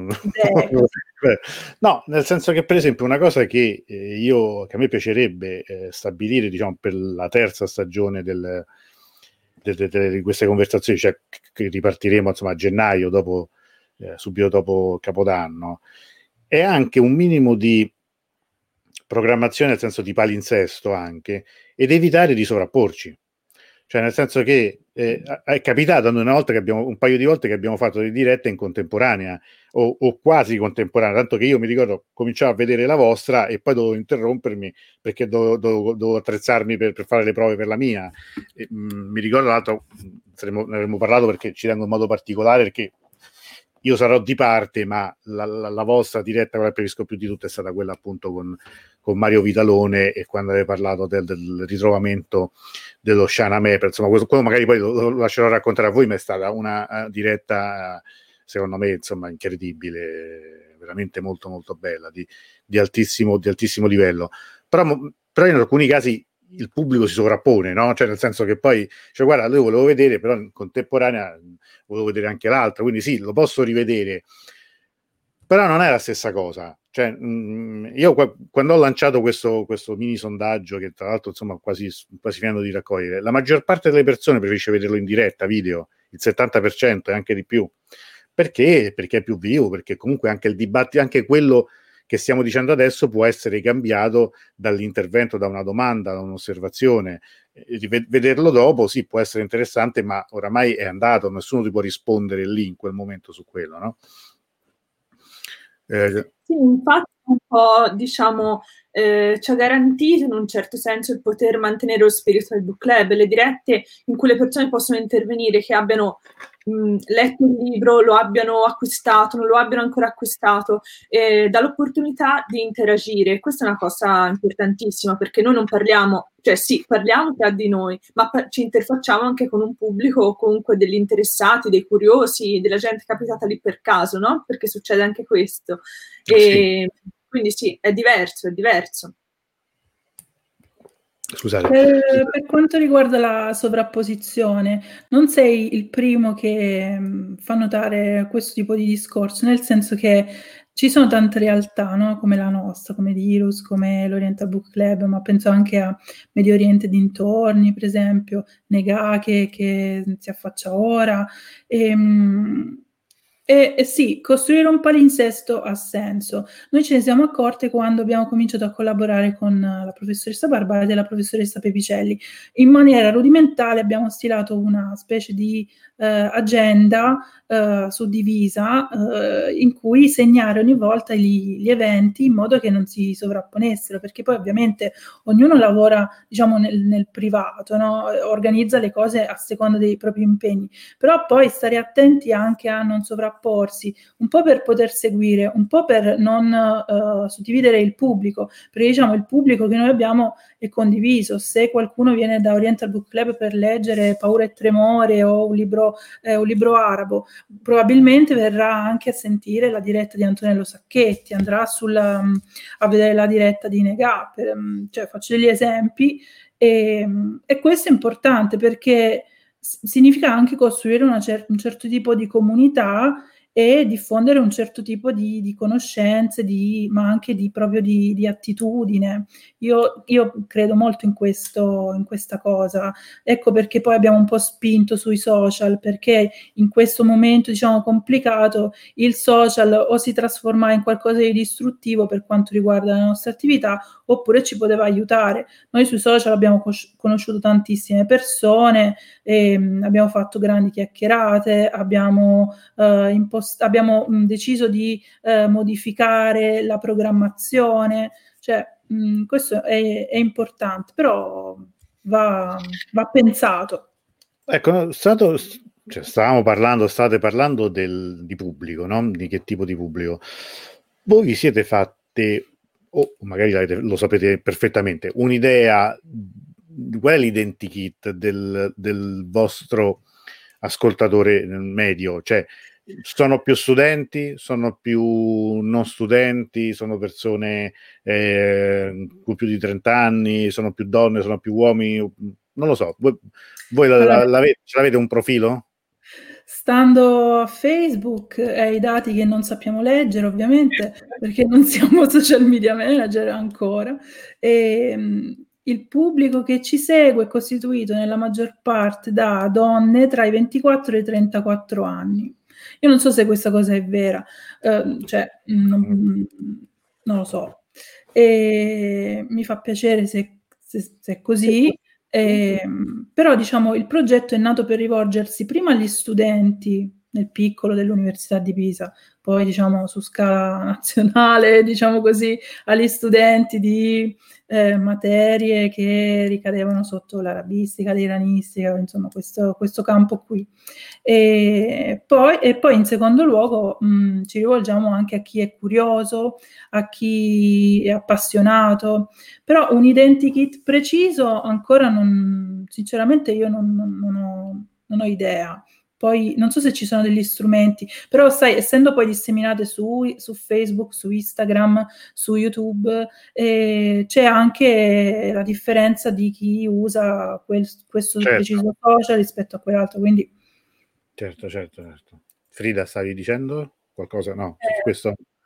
no, nel senso che per esempio una cosa che a me piacerebbe stabilire, diciamo, per la terza stagione di queste conversazioni, cioè che ripartiremo insomma a gennaio, subito dopo Capodanno, è anche un minimo di programmazione, nel senso di palinsesto anche, ed evitare di sovrapporci. Cioè, nel senso che è capitato un paio di volte che abbiamo fatto le dirette in contemporanea o quasi contemporanea, tanto che io mi ricordo cominciavo a vedere la vostra e poi dovevo interrompermi perché dovevo attrezzarmi per fare le prove per la mia. Mi ricordo l'altro, ne avremmo parlato perché ci tengo in modo particolare, perché io sarò di parte, ma la vostra diretta, quella che preferisco più di tutte, è stata quella appunto con Mario Vitalone, e quando avete parlato del ritrovamento dello Shahnameh, insomma, quello magari poi lo lascerò raccontare a voi, ma è stata una diretta, secondo me, insomma, incredibile, veramente molto molto bella, di altissimo livello. Però in alcuni casi il pubblico si sovrappone, no? Cioè, nel senso che poi, cioè, guarda, io volevo vedere, però in contemporanea volevo vedere anche l'altro, quindi sì, lo posso rivedere, però non è la stessa cosa. Cioè, io quando ho lanciato questo mini sondaggio, che tra l'altro insomma quasi finendo di raccogliere, la maggior parte delle persone preferisce vederlo in diretta, video, il 70% e anche di più. Perché? Perché è più vivo, perché comunque anche il dibattito, anche quello che stiamo dicendo adesso può essere cambiato dall'intervento, da una domanda, da un'osservazione. Vederlo dopo sì, può essere interessante, ma oramai è andato, nessuno ti può rispondere lì in quel momento su quello, no? Sì, infatti un po', diciamo, ci ha garantito in un certo senso il poter mantenere lo spirito del book club, le dirette in cui le persone possono intervenire, che abbiano letto il libro, lo abbiano acquistato, non lo abbiano ancora acquistato, dà l'opportunità di interagire. Questa è una cosa importantissima, perché noi non parliamo, cioè sì, parliamo tra di noi, ma ci interfacciamo anche con un pubblico o comunque degli interessati, dei curiosi, della gente capitata lì per caso, no? Perché succede anche questo. E sì. quindi sì, è diverso, è diverso. Scusate. Per quanto riguarda la sovrapposizione, non sei il primo che fa notare questo tipo di discorso, nel senso che ci sono tante realtà, no? Come la nostra, come Dirus, come l'Oriental Book Club, ma penso anche a Medio Oriente dintorni, per esempio, Negà che si affaccia ora. E sì, costruire un palinsesto ha senso. Noi ce ne siamo accorte quando abbiamo cominciato a collaborare con la professoressa Barbati e la professoressa Pepicelli. In maniera rudimentale abbiamo stilato una specie di agenda suddivisa in cui segnare ogni volta gli eventi in modo che non si sovrapponessero, perché poi ovviamente ognuno lavora, diciamo, nel privato, no? Organizza le cose a seconda dei propri impegni, però poi stare attenti anche a non sovrapporsi, un po' per poter seguire, un po' per non suddividere il pubblico, perché diciamo il pubblico che noi abbiamo è condiviso. Se qualcuno viene da Oriental Book Club per leggere Paura e Tremore o un libro arabo, probabilmente verrà anche a sentire la diretta di Antonello Sacchetti, andrà a vedere la diretta di Negà, cioè faccio degli esempi, e questo è importante perché significa anche costruire un certo tipo di comunità e diffondere un certo tipo di conoscenze, ma anche proprio di attitudine. Io credo molto in questa cosa. Ecco perché poi abbiamo un po' spinto sui social, perché in questo momento, diciamo, complicato, il social o si trasforma in qualcosa di distruttivo per quanto riguarda la nostra attività, oppure ci poteva aiutare. Noi sui social abbiamo conosciuto tantissime persone, abbiamo fatto grandi chiacchierate, abbiamo deciso di modificare la programmazione, cioè questo è importante, però va pensato. Ecco, state parlando di pubblico, no? Di che tipo di pubblico. Voi vi siete fatte, o magari lo sapete perfettamente, un'idea di qual è l'identikit del vostro ascoltatore medio? Cioè, sono più studenti, sono più non studenti, sono persone con più di 30 anni, sono più donne, sono più uomini, non lo so. Voi Allora, ce l'avete un profilo? stando a Facebook e ai dati che non sappiamo leggere, ovviamente, perché non siamo social media manager ancora, il pubblico che ci segue è costituito nella maggior parte da donne tra i 24 e i 34 anni. Io non so se questa cosa è vera, cioè non lo so. E mi fa piacere se è così. Però diciamo il progetto è nato per rivolgersi prima agli studenti nel piccolo dell'Università di Pisa, poi diciamo su scala nazionale, diciamo così, agli studenti di materie che ricadevano sotto l'arabistica, l'iranistica, insomma questo campo qui. E poi in secondo luogo ci rivolgiamo anche a chi è curioso, a chi è appassionato, però un identikit preciso ancora sinceramente io non ho idea. Poi non so se ci sono degli strumenti, però sai, essendo poi disseminate su Facebook, su Instagram, su YouTube, c'è anche la differenza di chi usa questo preciso social rispetto a quell'altro, quindi Certo. Frida, stavi dicendo qualcosa? No, su questo.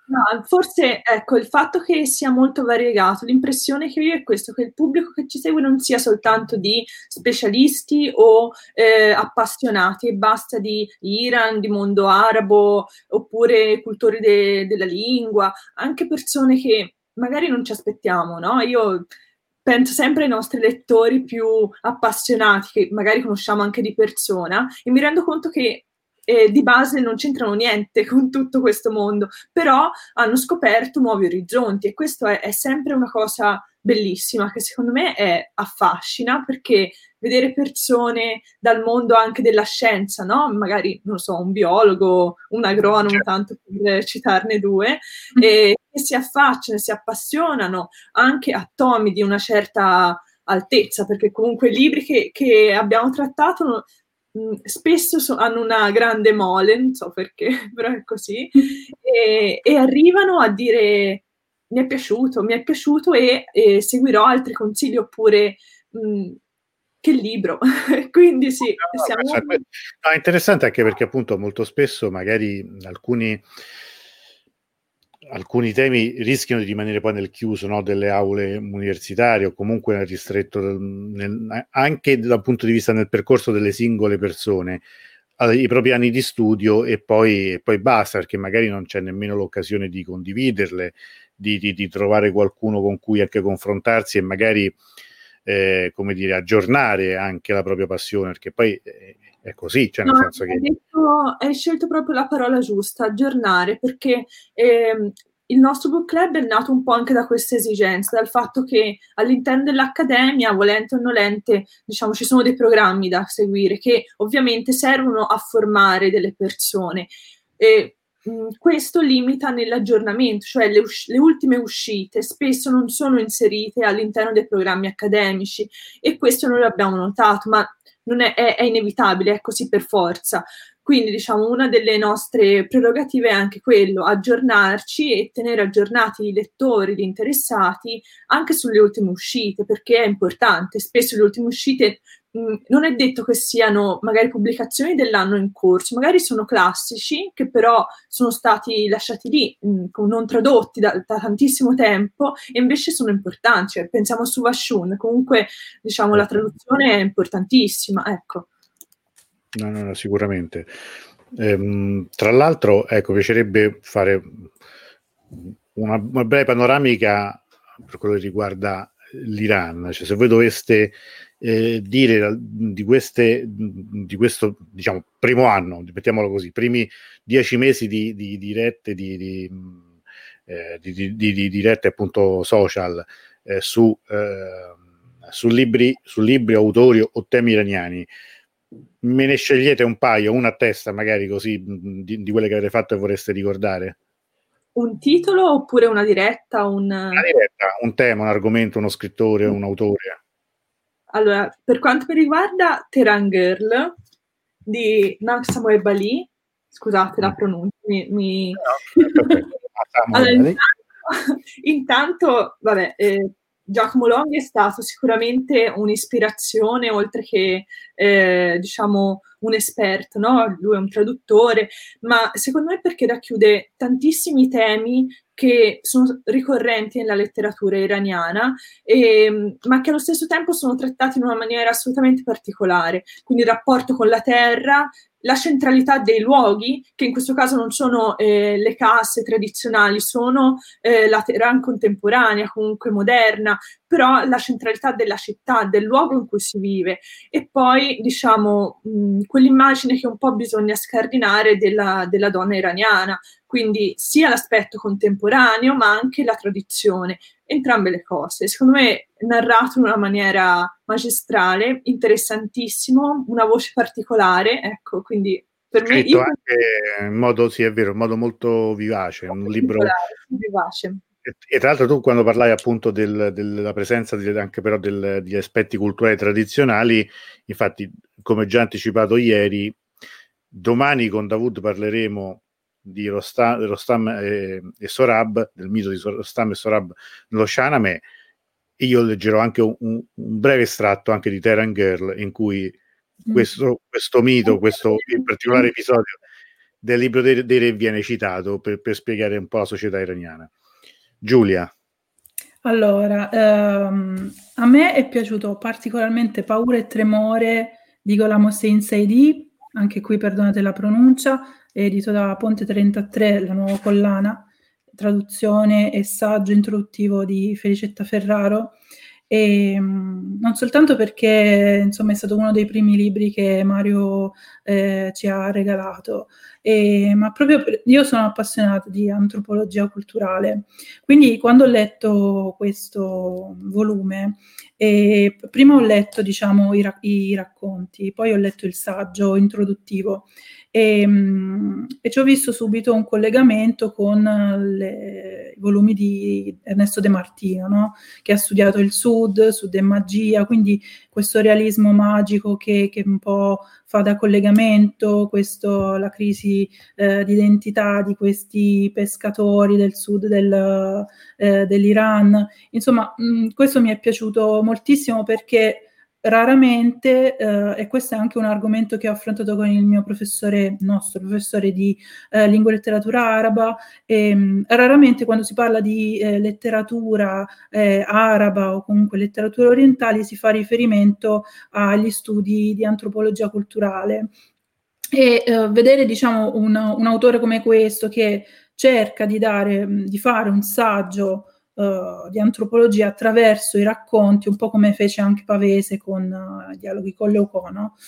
No, forse ecco il fatto che sia molto variegato, l'impressione che io è questo, che il pubblico che ci segue non sia soltanto di specialisti o appassionati e basta di Iran, di mondo arabo oppure cultori della lingua, anche persone che magari non ci aspettiamo, no? Io penso sempre ai nostri lettori più appassionati, che magari conosciamo anche di persona, e mi rendo conto che di base non c'entrano niente con tutto questo mondo, però hanno scoperto nuovi orizzonti e questo è sempre una cosa bellissima che secondo me affascina perché vedere persone dal mondo anche della scienza, no? Magari, non so, un biologo, un agronomo, tanto per citarne due, che si affacciano, si appassionano anche a tomi di una certa altezza, perché comunque i libri che abbiamo trattato spesso hanno una grande mole, non so perché, però è così, e arrivano a dire mi è piaciuto e seguirò altri consigli oppure che libro. Quindi sì, siamo... No, è interessante anche perché appunto molto spesso magari alcuni temi rischiano di rimanere poi nel chiuso, no, delle aule universitarie o comunque nel ristretto anche dal punto di vista nel percorso delle singole persone, i propri anni di studio e poi basta, perché magari non c'è nemmeno l'occasione di condividerle, di trovare qualcuno con cui anche confrontarsi e magari come dire, aggiornare anche la propria passione, perché poi è così, cioè nel senso che... Hai scelto proprio la parola giusta, aggiornare, perché il nostro book club è nato un po' anche da questa esigenza, dal fatto che all'interno dell'accademia, volente o nolente, diciamo, ci sono dei programmi da seguire che ovviamente servono a formare delle persone. E questo limita nell'aggiornamento, cioè le ultime uscite spesso non sono inserite all'interno dei programmi accademici e questo noi l'abbiamo notato, ma non è inevitabile, è così per forza. Quindi, diciamo, una delle nostre prerogative è anche quello, aggiornarci e tenere aggiornati i lettori, gli interessati, anche sulle ultime uscite, perché è importante. Spesso le ultime uscite non è detto che siano magari pubblicazioni dell'anno in corso, magari sono classici che però sono stati lasciati lì, non tradotti da tantissimo tempo e invece sono importanti. Cioè, pensiamo su Vashun, comunque diciamo la traduzione è importantissima, ecco. No, sicuramente. Tra l'altro, ecco, piacerebbe fare una breve panoramica per quello che riguarda l'Iran, cioè se voi doveste dire di questo, diciamo, primo anno, mettiamolo così, primi 10 mesi di dirette di dirette appunto social su libri, autori o temi iraniani, me ne scegliete un paio, una a testa magari così di quelle che avete fatto e vorreste ricordare? Un titolo oppure una diretta? Una diretta, un tema, un argomento, uno scrittore, un autore. Allora, per quanto mi riguarda, Tehran Girl di Max Moebali, scusate la pronuncia, allora, intanto, vabbè, Giacomo Longhi è stato sicuramente un'ispirazione, oltre che, diciamo, un esperto, no? Lui è un traduttore, ma secondo me perché racchiude tantissimi temi che sono ricorrenti nella letteratura iraniana, ma che allo stesso tempo sono trattati in una maniera assolutamente particolare. Quindi il rapporto con la terra, la centralità dei luoghi, che in questo caso non sono le casse tradizionali, sono la Teheran contemporanea, comunque moderna, però la centralità della città, del luogo in cui si vive. E poi, diciamo, quell'immagine che un po' bisogna scardinare della donna iraniana, quindi sia l'aspetto contemporaneo, ma anche la tradizione, entrambe le cose. Secondo me narrato in una maniera magistrale, interessantissimo, una voce particolare, ecco, quindi per me... anche in modo, sì, è vero, in modo molto vivace, un libro... vivace. E tra l'altro tu quando parlavi appunto della presenza anche però degli aspetti culturali tradizionali, infatti come già anticipato ieri, domani con Davud parleremo di Rostam e Sorab, del mito di Rostam e Sorab nello Shahnameh. Io leggerò anche un breve estratto anche di Tehran Girl in cui questo mito, questo in particolare episodio del libro dei re viene citato per spiegare un po' la società iraniana. Giulia. Allora, a me è piaciuto particolarmente Paura e Tremore di Gholam Hossein Saidi, anche qui perdonate la pronuncia, è edito da Ponte 33, la nuova collana, traduzione e saggio introduttivo di Felicetta Ferraro. E, non soltanto perché insomma è stato uno dei primi libri che Mario ci ha regalato, ma proprio io sono appassionata di antropologia culturale, quindi quando ho letto questo volume, prima ho letto diciamo i racconti, poi ho letto il saggio introduttivo e ci ho visto subito un collegamento con i volumi di Ernesto De Martino, no? Che ha studiato il Sud e magia, quindi questo realismo magico che un po' fa da collegamento, la crisi di identità di questi pescatori del Sud dell'Iran. Insomma, questo mi è piaciuto moltissimo perché raramente, e questo è anche un argomento che ho affrontato con il mio nostro professore di lingua e letteratura araba, raramente quando si parla di letteratura araba o comunque letteratura orientale si fa riferimento agli studi di antropologia culturale. E vedere diciamo un autore come questo che cerca di fare un saggio di antropologia attraverso i racconti, un po' come fece anche Pavese con i dialoghi con Leucò, no?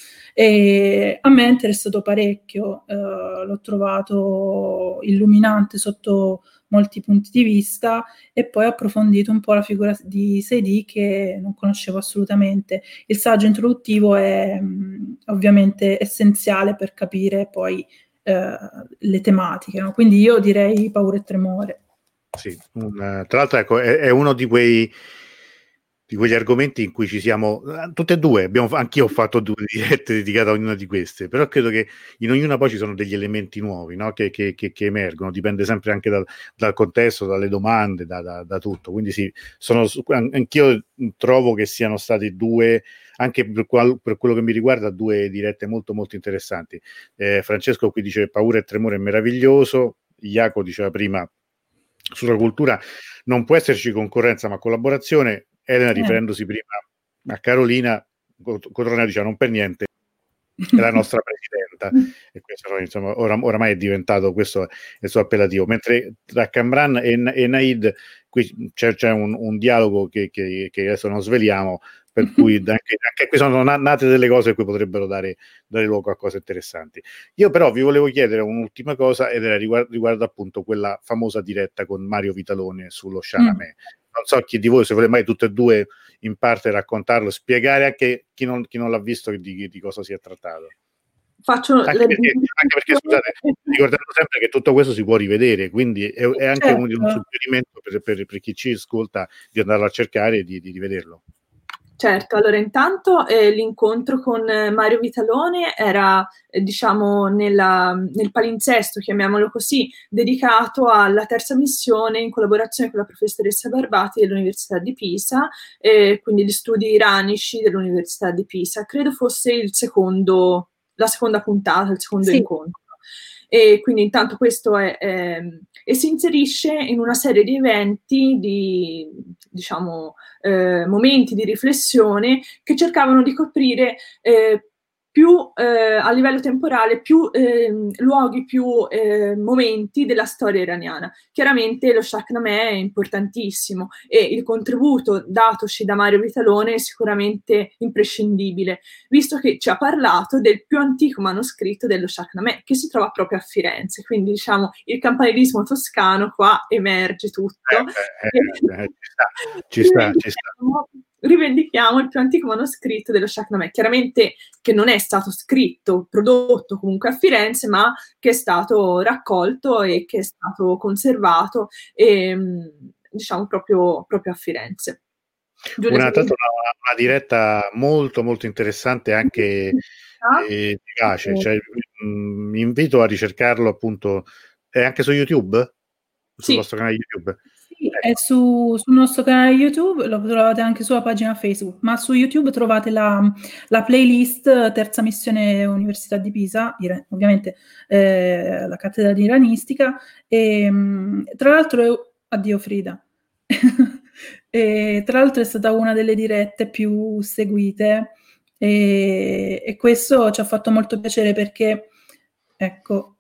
E a me è interessato parecchio, l'ho trovato illuminante sotto molti punti di vista e poi ho approfondito un po' la figura di Seydi che non conoscevo assolutamente. Il saggio introduttivo è ovviamente essenziale per capire poi le tematiche, no? Quindi io direi Paura e Tremore. Sì, tra l'altro ecco, è uno di quegli argomenti in cui ci siamo tutte e due, anch'io ho fatto 2 dirette dedicate a ognuna di queste, però credo che in ognuna poi ci sono degli elementi nuovi, no? che emergono, dipende sempre anche dal contesto, dalle domande, da tutto, quindi sì, anch'io trovo che siano stati 2, anche per quello che mi riguarda, 2 dirette molto molto interessanti. Francesco qui dice Paura e Tremore è meraviglioso, Jacopo diceva prima sulla cultura non può esserci concorrenza ma collaborazione. Elena riferendosi prima a Carolina Cotrona diceva non per niente è la nostra presidenta e questo insomma oramai è diventato questo è il suo appellativo, mentre tra Kamran e Naid qui c'è un dialogo che adesso non sveliamo, per cui anche qui sono nate delle cose che potrebbero dare luogo a cose interessanti. Io però vi volevo chiedere un'ultima cosa ed era riguardo appunto quella famosa diretta con Mario Vitalone sullo Shahnameh. Non so chi di voi, se volete mai tutte e 2 in parte raccontarlo, spiegare anche chi non l'ha visto di cosa si è trattato. Anche perché scusate, ricordando sempre che tutto questo si può rivedere, quindi è anche un suggerimento per chi ci ascolta di andarlo a cercare e di rivederlo. Certo, allora intanto l'incontro con Mario Vitalone era diciamo nel palinsesto, chiamiamolo così, dedicato alla terza missione in collaborazione con la professoressa Barbati dell'Università di Pisa, quindi gli studi iranici dell'Università di Pisa. Credo fosse la seconda puntata, il secondo incontro. E quindi intanto questo e si inserisce in una serie di eventi, di diciamo momenti di riflessione che cercavano di coprire più a livello temporale, più luoghi, più momenti della storia iraniana. Chiaramente lo Shahnameh è importantissimo e il contributo datoci da Mario Vitalone è sicuramente imprescindibile, visto che ci ha parlato del più antico manoscritto dello Shahnameh, che si trova proprio a Firenze. Quindi diciamo il campanilismo toscano qua emerge tutto. Ci sta. Rivendichiamo il più antico manoscritto dello Shahnameh, chiaramente che non è stato scritto, prodotto comunque a Firenze, ma che è stato raccolto e che è stato conservato diciamo proprio a Firenze. Una diretta molto molto interessante, anche efficace, cioè, mi invito a ricercarlo appunto anche su YouTube, sul vostro canale YouTube. Sì, è sul nostro canale YouTube, lo trovate anche sulla pagina Facebook, ma su YouTube trovate la playlist Terza Missione Università di Pisa, ovviamente la cattedra di iranistica, e tra l'altro, addio Frida, e tra l'altro è stata una delle dirette più seguite e questo ci ha fatto molto piacere perché, ecco,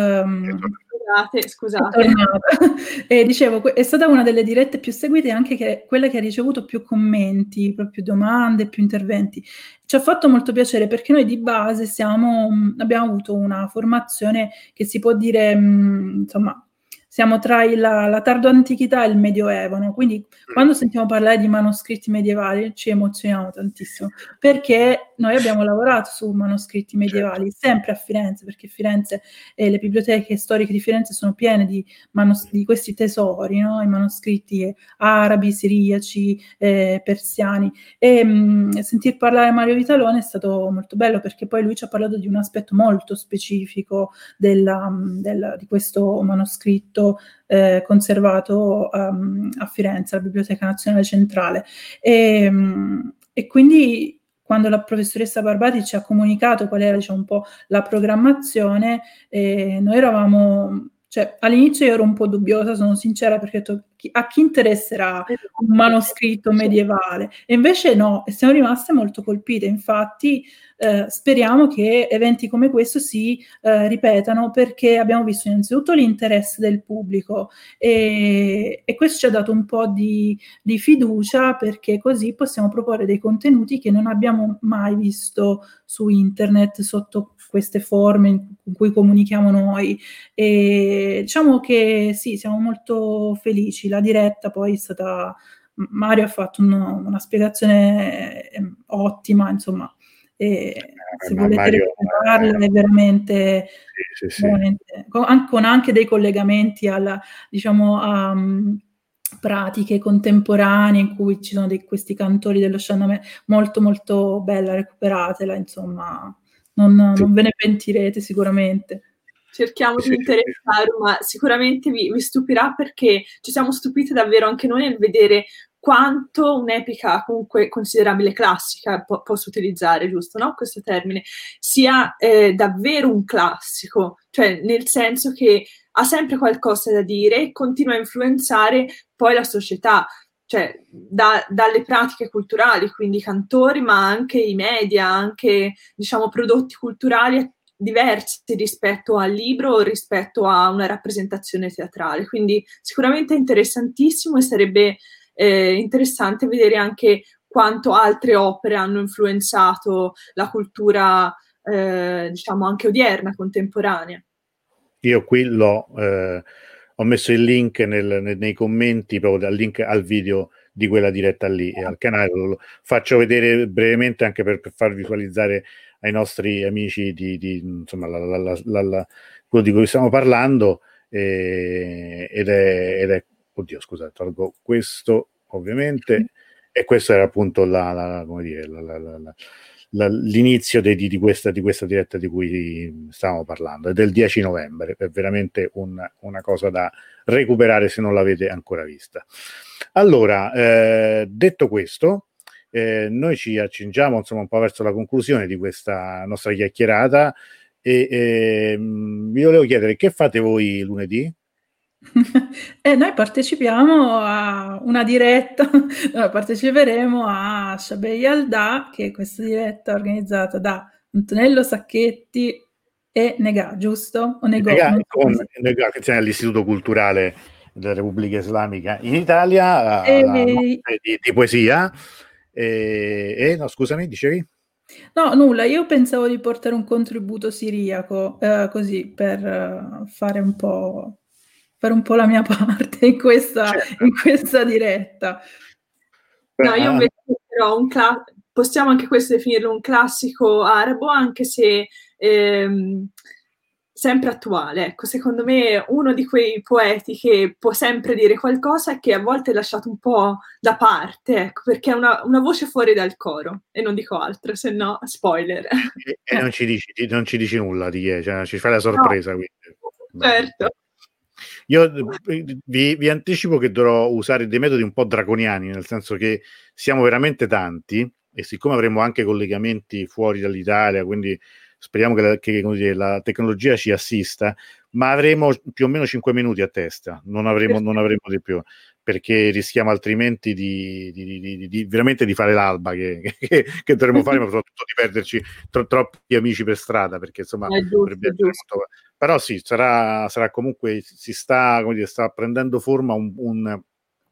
Scusate. E dicevo, è stata una delle dirette più seguite, anche quella che ha ricevuto più commenti, proprio domande, più interventi. Ci ha fatto molto piacere perché noi di base abbiamo avuto una formazione che si può dire, insomma, siamo tra la tardo antichità e il medioevo, no? Quindi quando sentiamo parlare di manoscritti medievali ci emozioniamo tantissimo, perché noi abbiamo lavorato su manoscritti medievali, sempre a Firenze, perché Firenze e le biblioteche storiche di Firenze sono piene di questi tesori, no? I manoscritti arabi, siriaci, persiani. E sentir parlare Mario Vitalone è stato molto bello perché poi lui ci ha parlato di un aspetto molto specifico di questo manoscritto conservato a Firenze, alla Biblioteca Nazionale Centrale. E quindi quando la professoressa Barbati ci ha comunicato qual era, diciamo, un po' la programmazione, noi eravamo, cioè all'inizio io ero un po' dubbiosa, sono sincera, perché ho detto, a chi interesserà un manoscritto medievale? E invece no, e siamo rimaste molto colpite. Infatti speriamo che eventi come questo si ripetano, perché abbiamo visto innanzitutto l'interesse del pubblico e questo ci ha dato un po' di fiducia, perché così possiamo proporre dei contenuti che non abbiamo mai visto su internet sotto queste forme in cui comunichiamo noi. E diciamo che sì, siamo molto felici. La diretta poi è stata, Mario ha fatto una spiegazione ottima, insomma, e se volete recuperarla è veramente, sì. veramente con anche dei collegamenti diciamo, a pratiche contemporanee in cui ci sono questi cantori dello Scianname, molto molto bella, recuperatela, insomma, non ve ne pentirete sicuramente. Cerchiamo di interessarvi, ma sicuramente vi stupirà, perché ci siamo stupite davvero anche noi nel vedere quanto un'epica comunque considerabile classica, posso utilizzare, giusto, no? Questo termine, sia davvero un classico, cioè nel senso che ha sempre qualcosa da dire e continua a influenzare poi la società, cioè dalle pratiche culturali, quindi i cantori, ma anche i media, anche, diciamo, prodotti culturali diversi rispetto al libro o rispetto a una rappresentazione teatrale. Quindi sicuramente è interessantissimo e sarebbe interessante vedere anche quanto altre opere hanno influenzato la cultura, diciamo, anche odierna, contemporanea. Io qui ho messo il link nei commenti, proprio dal link al video di quella diretta lì e al canale. Lo faccio vedere brevemente anche per far visualizzare ai nostri amici insomma, quello di cui stiamo parlando, ed è oddio, scusate, tolgo questo ovviamente, e questo era appunto come dire, l'inizio di questa diretta di cui stavamo parlando, è del 10 novembre, è veramente una cosa da recuperare se non l'avete ancora vista. Allora, detto questo, noi ci accingiamo insomma un po' verso la conclusione di questa nostra chiacchierata e vi volevo chiedere, che fate voi lunedì? Noi partecipiamo a una diretta, parteciperemo a Shabei Yalda, che è questa diretta organizzata da Antonello Sacchetti e Negà, giusto? O Negò? Negà, che c'è all'Istituto Culturale della Repubblica Islamica in Italia, di poesia. No, scusami, dicevi? No, nulla, io pensavo di portare un contributo siriaco, così per fare un po' la mia parte in questa diretta. No, io invece però possiamo anche questo definirlo un classico arabo, anche se sempre attuale. Ecco, secondo me uno di quei poeti che può sempre dire qualcosa e che a volte è lasciato un po' da parte, ecco, perché è una voce fuori dal coro, e non dico altro, se no spoiler. E non ci dici nulla di chi è, cioè ci fai la sorpresa. No. Quindi. Certo. Io vi anticipo che dovrò usare dei metodi un po' draconiani, nel senso che siamo veramente tanti e siccome avremo anche collegamenti fuori dall'Italia, quindi speriamo che come dire, la tecnologia ci assista, ma avremo più o meno 5 minuti a testa, non avremo di più, perché rischiamo altrimenti di veramente di fare l'alba che dovremmo fare, ma soprattutto di perderci troppi amici per strada, perché insomma Giusto. però sì, sarà comunque, si sta, come dire, sta prendendo forma un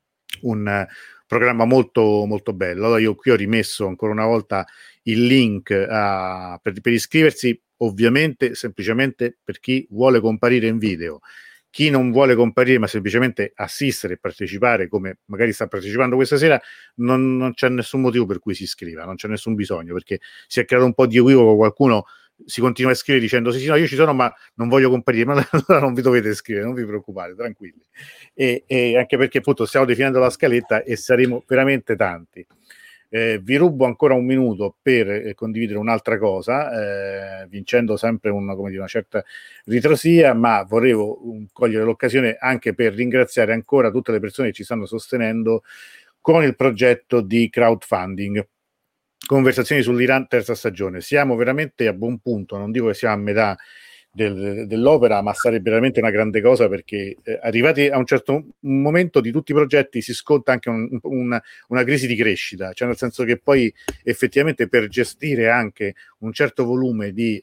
programma molto, molto bello. Allora io qui ho rimesso ancora una volta il link per iscriversi, ovviamente semplicemente per chi vuole comparire in video. Chi non vuole comparire ma semplicemente assistere e partecipare, come magari sta partecipando questa sera, non c'è nessun motivo per cui si iscriva, non c'è nessun bisogno, perché si è creato un po' di equivoco, qualcuno si continua a scrivere dicendo sì, no, io ci sono ma non voglio comparire, ma allora non vi dovete iscrivere, non vi preoccupate, tranquilli. E anche perché appunto stiamo definendo la scaletta e saremo veramente tanti. Vi rubo ancora un minuto per condividere un'altra cosa, vincendo sempre una certa ritrosia, ma volevo cogliere l'occasione anche per ringraziare ancora tutte le persone che ci stanno sostenendo con il progetto di crowdfunding. Conversazioni sull'Iran terza stagione. Siamo veramente a buon punto, non dico che siamo a metà dell'opera, ma sarebbe veramente una grande cosa, perché arrivati a un certo momento di tutti i progetti si sconta anche una crisi di crescita, cioè nel senso che poi effettivamente per gestire anche un certo volume di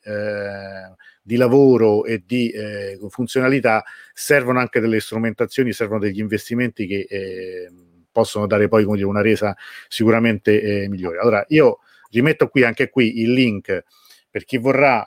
lavoro e di funzionalità servono anche delle strumentazioni, servono degli investimenti che possono dare poi, come dire, una resa sicuramente migliore. Allora io rimetto anche qui il link per chi vorrà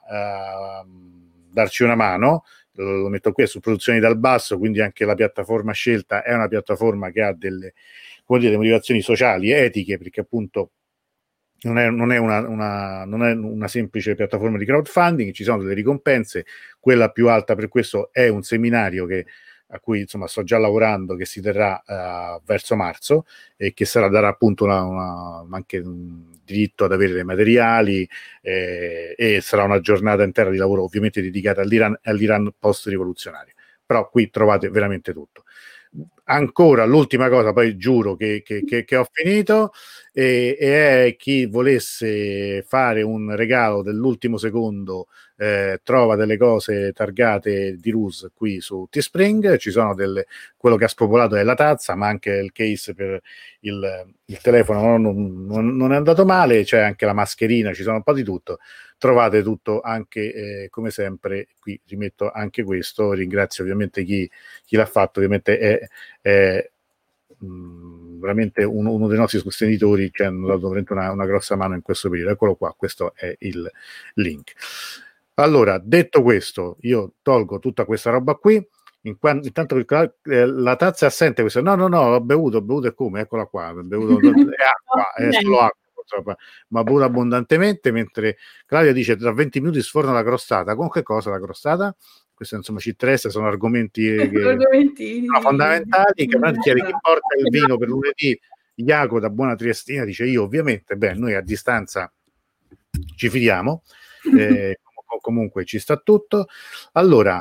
darci una mano, lo metto qui su Produzioni dal Basso, quindi anche la piattaforma scelta è una piattaforma che ha delle motivazioni sociali, etiche, perché appunto non è una semplice piattaforma di crowdfunding, ci sono delle ricompense, quella più alta per questo è un seminario a cui insomma sto già lavorando, che si terrà verso marzo e che darà appunto anche un diritto ad avere dei materiali e sarà una giornata intera di lavoro ovviamente dedicata all'Iran post-rivoluzionario, però qui trovate veramente tutto. Ancora l'ultima cosa, poi giuro che ho finito, e è chi volesse fare un regalo dell'ultimo secondo, trova delle cose targate di Rus qui su Teespring, ci sono quello che ha spopolato è la tazza, ma anche il case per il telefono non è andato male, c'è anche la mascherina, ci sono un po' di tutto, trovate tutto anche come sempre qui. Rimetto anche questo, ringrazio ovviamente chi l'ha fatto, ovviamente è veramente uno dei nostri sostenitori che hanno dato veramente una grossa mano in questo periodo. Eccolo qua, questo è il link. Allora, detto questo, io tolgo tutta questa roba qui. Intanto la tazza è assente, questa no, ho bevuto e come? Eccola qua, è acqua, è solo acqua, ma bevuto abbondantemente, mentre Claudia dice tra 20 minuti sforna la crostata. Con che cosa la crostata? Questo insomma ci interessa, sono argomenti fondamentali. Che chiede chi porta il vino per lunedì. Iaco da buona triestina dice io, ovviamente. Noi a distanza ci fidiamo, comunque ci sta tutto. Allora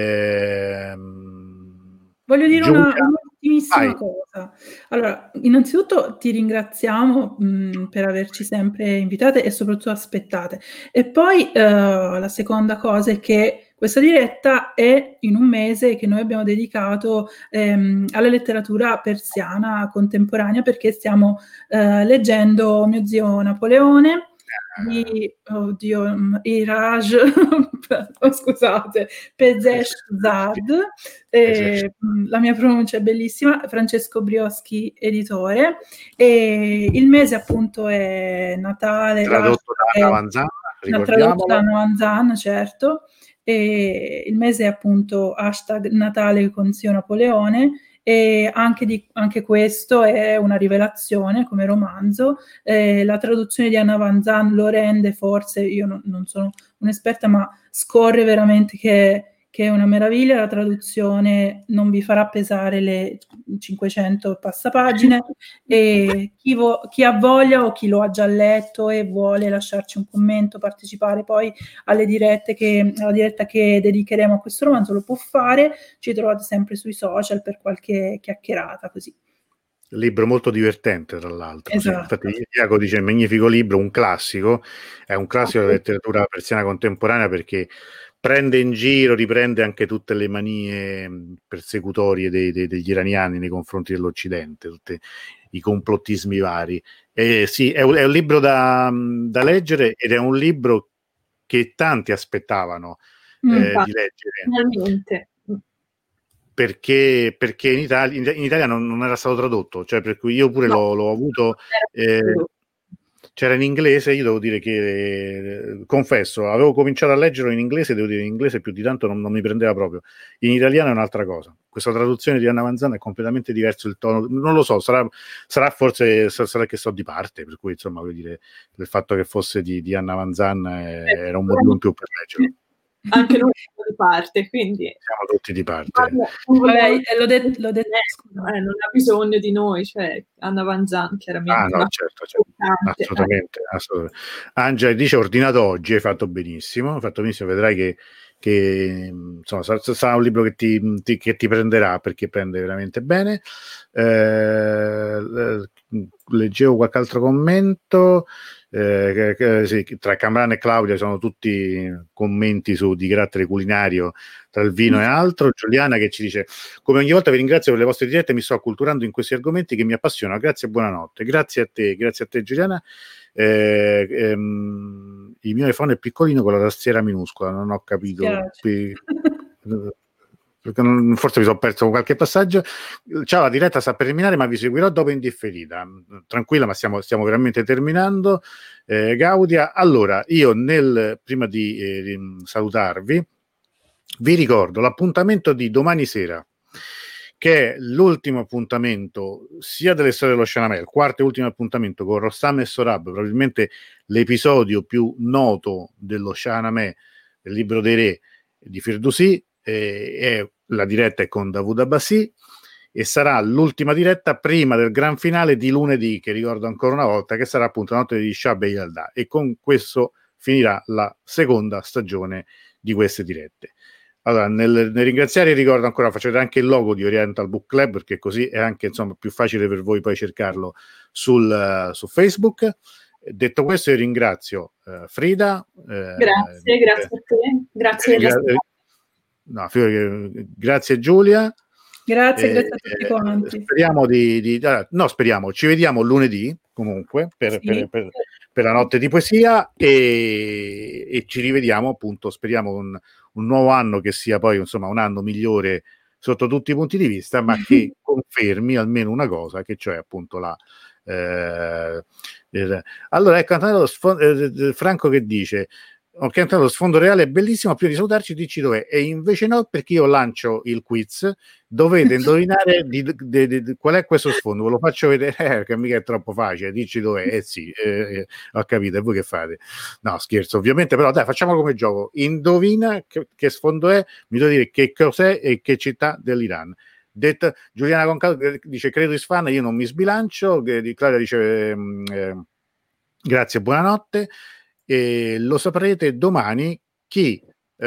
voglio dire un'ultimissima cosa. Allora, innanzitutto ti ringraziamo per averci sempre invitate e soprattutto aspettate. E poi la seconda cosa è che questa diretta è in un mese che noi abbiamo dedicato alla letteratura persiana contemporanea, perché stiamo leggendo Mio zio Napoleone di Iraj scusate, Pezeshzad, la mia pronuncia è bellissima, Francesco Brioschi editore, e il mese appunto è Natale, tradotto da Anna Vanzan, certo, e il mese è appunto #Natale con zio Napoleone, e anche questo è una rivelazione come romanzo. La traduzione di Anna Vanzan lo rende, forse, io non sono un'esperta, ma scorre veramente che che è una meraviglia, la traduzione non vi farà pesare le 500 passapagine, e chi ha voglia o chi lo ha già letto e vuole lasciarci un commento, partecipare poi alla diretta che dedicheremo a questo romanzo lo può fare. Ci trovate sempre sui social per qualche chiacchierata così. Libro molto divertente, tra l'altro. Esatto. Sì. Infatti Iago dice magnifico libro, un classico, è un classico della letteratura persiana contemporanea, perché prende in giro, riprende anche tutte le manie persecutorie degli iraniani nei confronti dell'Occidente, tutti i complottismi vari. Sì, è un libro da leggere, ed è un libro che tanti aspettavano di leggere. Finalmente. Perché in Italia non era stato tradotto, cioè per cui io pure l'ho avuto, c'era in inglese. Io devo dire che confesso, avevo cominciato a leggerlo in inglese, devo dire in inglese più di tanto non mi prendeva proprio. In italiano è un'altra cosa. Questa traduzione di Anna Manzan è completamente diverso il tono, non lo so, sarà forse che sto di parte, per cui insomma voglio dire, il fatto che fosse di Anna Manzan era un motivo in più per leggerlo. Anche noi siamo di parte, quindi siamo tutti di parte. L'ho detto. Non ha bisogno di noi, cioè Anna Van Zan chiaramente. No, certo. Assolutamente. Angela dice ordinato oggi, hai fatto benissimo, vedrai che insomma, sarà un libro che ti prenderà, perché prende veramente bene. Leggevo qualche altro commento. Sì, tra Camran e Claudia sono tutti commenti di carattere culinario, tra il vino e altro. Giuliana che ci dice: come ogni volta vi ringrazio per le vostre dirette, mi sto acculturando in questi argomenti che mi appassionano, grazie e buonanotte. Grazie a te Giuliana. Il mio iPhone è piccolino con la tastiera minuscola, non ho capito perché forse mi sono perso qualche passaggio. Ciao, la diretta sta per terminare, ma vi seguirò dopo in differita. Tranquilla, ma stiamo veramente terminando. Gaudia, allora io prima di salutarvi vi ricordo l'appuntamento di domani sera, che è l'ultimo appuntamento sia delle storie dello Shahnameh, il quarto e ultimo appuntamento con Rostam e Sorab, probabilmente l'episodio più noto dello Shahnameh, del libro dei re di Firdousi. La diretta è con Dawood Abbasi, e sarà l'ultima diretta prima del gran finale di lunedì, che ricordo ancora una volta che sarà appunto la notte di Shab e Yalda, e con questo finirà la seconda stagione di queste dirette. Allora, nel ringraziare ricordo ancora, faccio vedere anche il logo di Oriental Book Club, perché così è anche insomma più facile per voi poi cercarlo su Facebook. Detto questo, io ringrazio Frida. Grazie a te. Grazie Giulia. Grazie a tutti quanti. Speriamo, ci vediamo lunedì comunque per la notte di poesia, e ci rivediamo appunto, speriamo con un nuovo anno che sia poi insomma un anno migliore sotto tutti i punti di vista, ma che confermi almeno una cosa, che cioè appunto allora ecco Franco che dice: ho cantato lo sfondo reale, è bellissimo, prima di salutarci dici dov'è, e invece no, perché io lancio il quiz, dovete indovinare qual è questo sfondo, ve lo faccio vedere, che mica è troppo facile, dici dov'è, sì, ho capito, e voi che fate? No, scherzo ovviamente, però dai, facciamo come gioco, indovina che sfondo è, mi devo dire che cos'è e che città dell'Iran. Giuliana Concato dice credo Isfahan, io non mi sbilancio. Claudia dice grazie, buonanotte. E lo saprete domani chi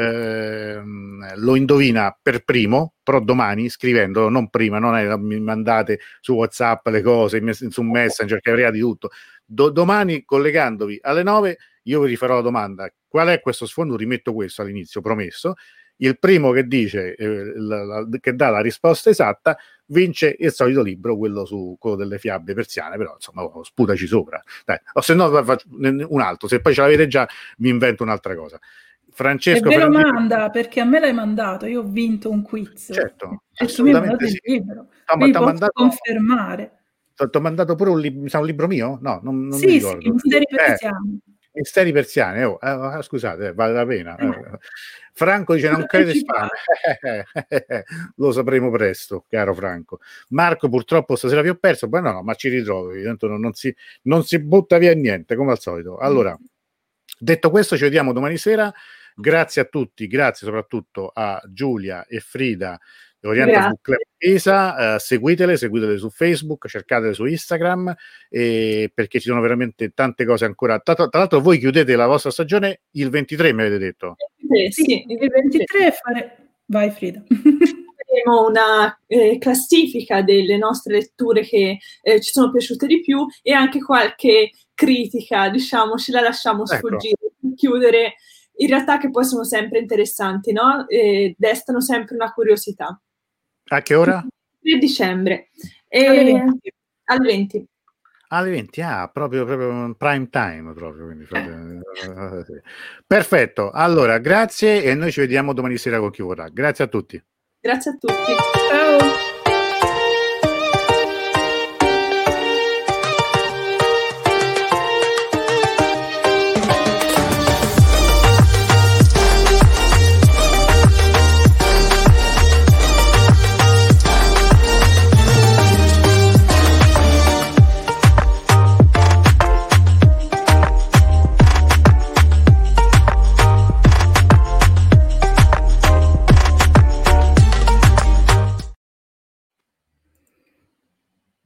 lo indovina per primo, però domani scrivendolo, non prima, non è, mi mandate su WhatsApp le cose, su Messenger, che avrà di tutto. Domani, collegandovi alle 9, io vi rifarò la domanda: qual è questo sfondo? Rimetto questo all'inizio, promesso. Il primo che dice che dà la risposta esatta vince il solito libro, quello delle fiabe persiane, però insomma sputaci sopra, dai. O se no faccio un altro, se poi ce l'avete già mi invento un'altra cosa. Francesco, e ve lo manda, perché a me l'hai mandato, io ho vinto un quiz, certo, e tu mi hai mandato il libro, posso confermare. Ti ho mandato pure un libro mio? No, non mi ricordo. Sì, Misteri persiani. Misteri persiani, scusate, vale la pena. Franco dice non crede Isfahan. Lo sapremo presto, caro Franco. Marco, purtroppo stasera vi ho perso, ma ci ritrovi, tanto non si butta via niente, come al solito. Allora, detto questo, ci vediamo domani sera. Grazie a tutti, grazie soprattutto a Giulia e Frida di Oriental Book Club Pisa. Seguitele su Facebook, cercatele su Instagram, perché ci sono veramente tante cose ancora. Tra l'altro voi chiudete la vostra stagione il 23, mi avete detto? Sì, il 23 vai Frida. Faremo una classifica delle nostre letture che ci sono piaciute di più e anche qualche critica, diciamo, ce la lasciamo sfuggire, chiudere, in realtà che poi sono sempre interessanti, no? Destano sempre una curiosità. A che ora? 3 dicembre. Alle 20. Alle 20. Alle 20, proprio prime time, proprio. Quindi perfetto, allora grazie e noi ci vediamo domani sera con chi vorrà. Grazie a tutti. Grazie a tutti. Ciao.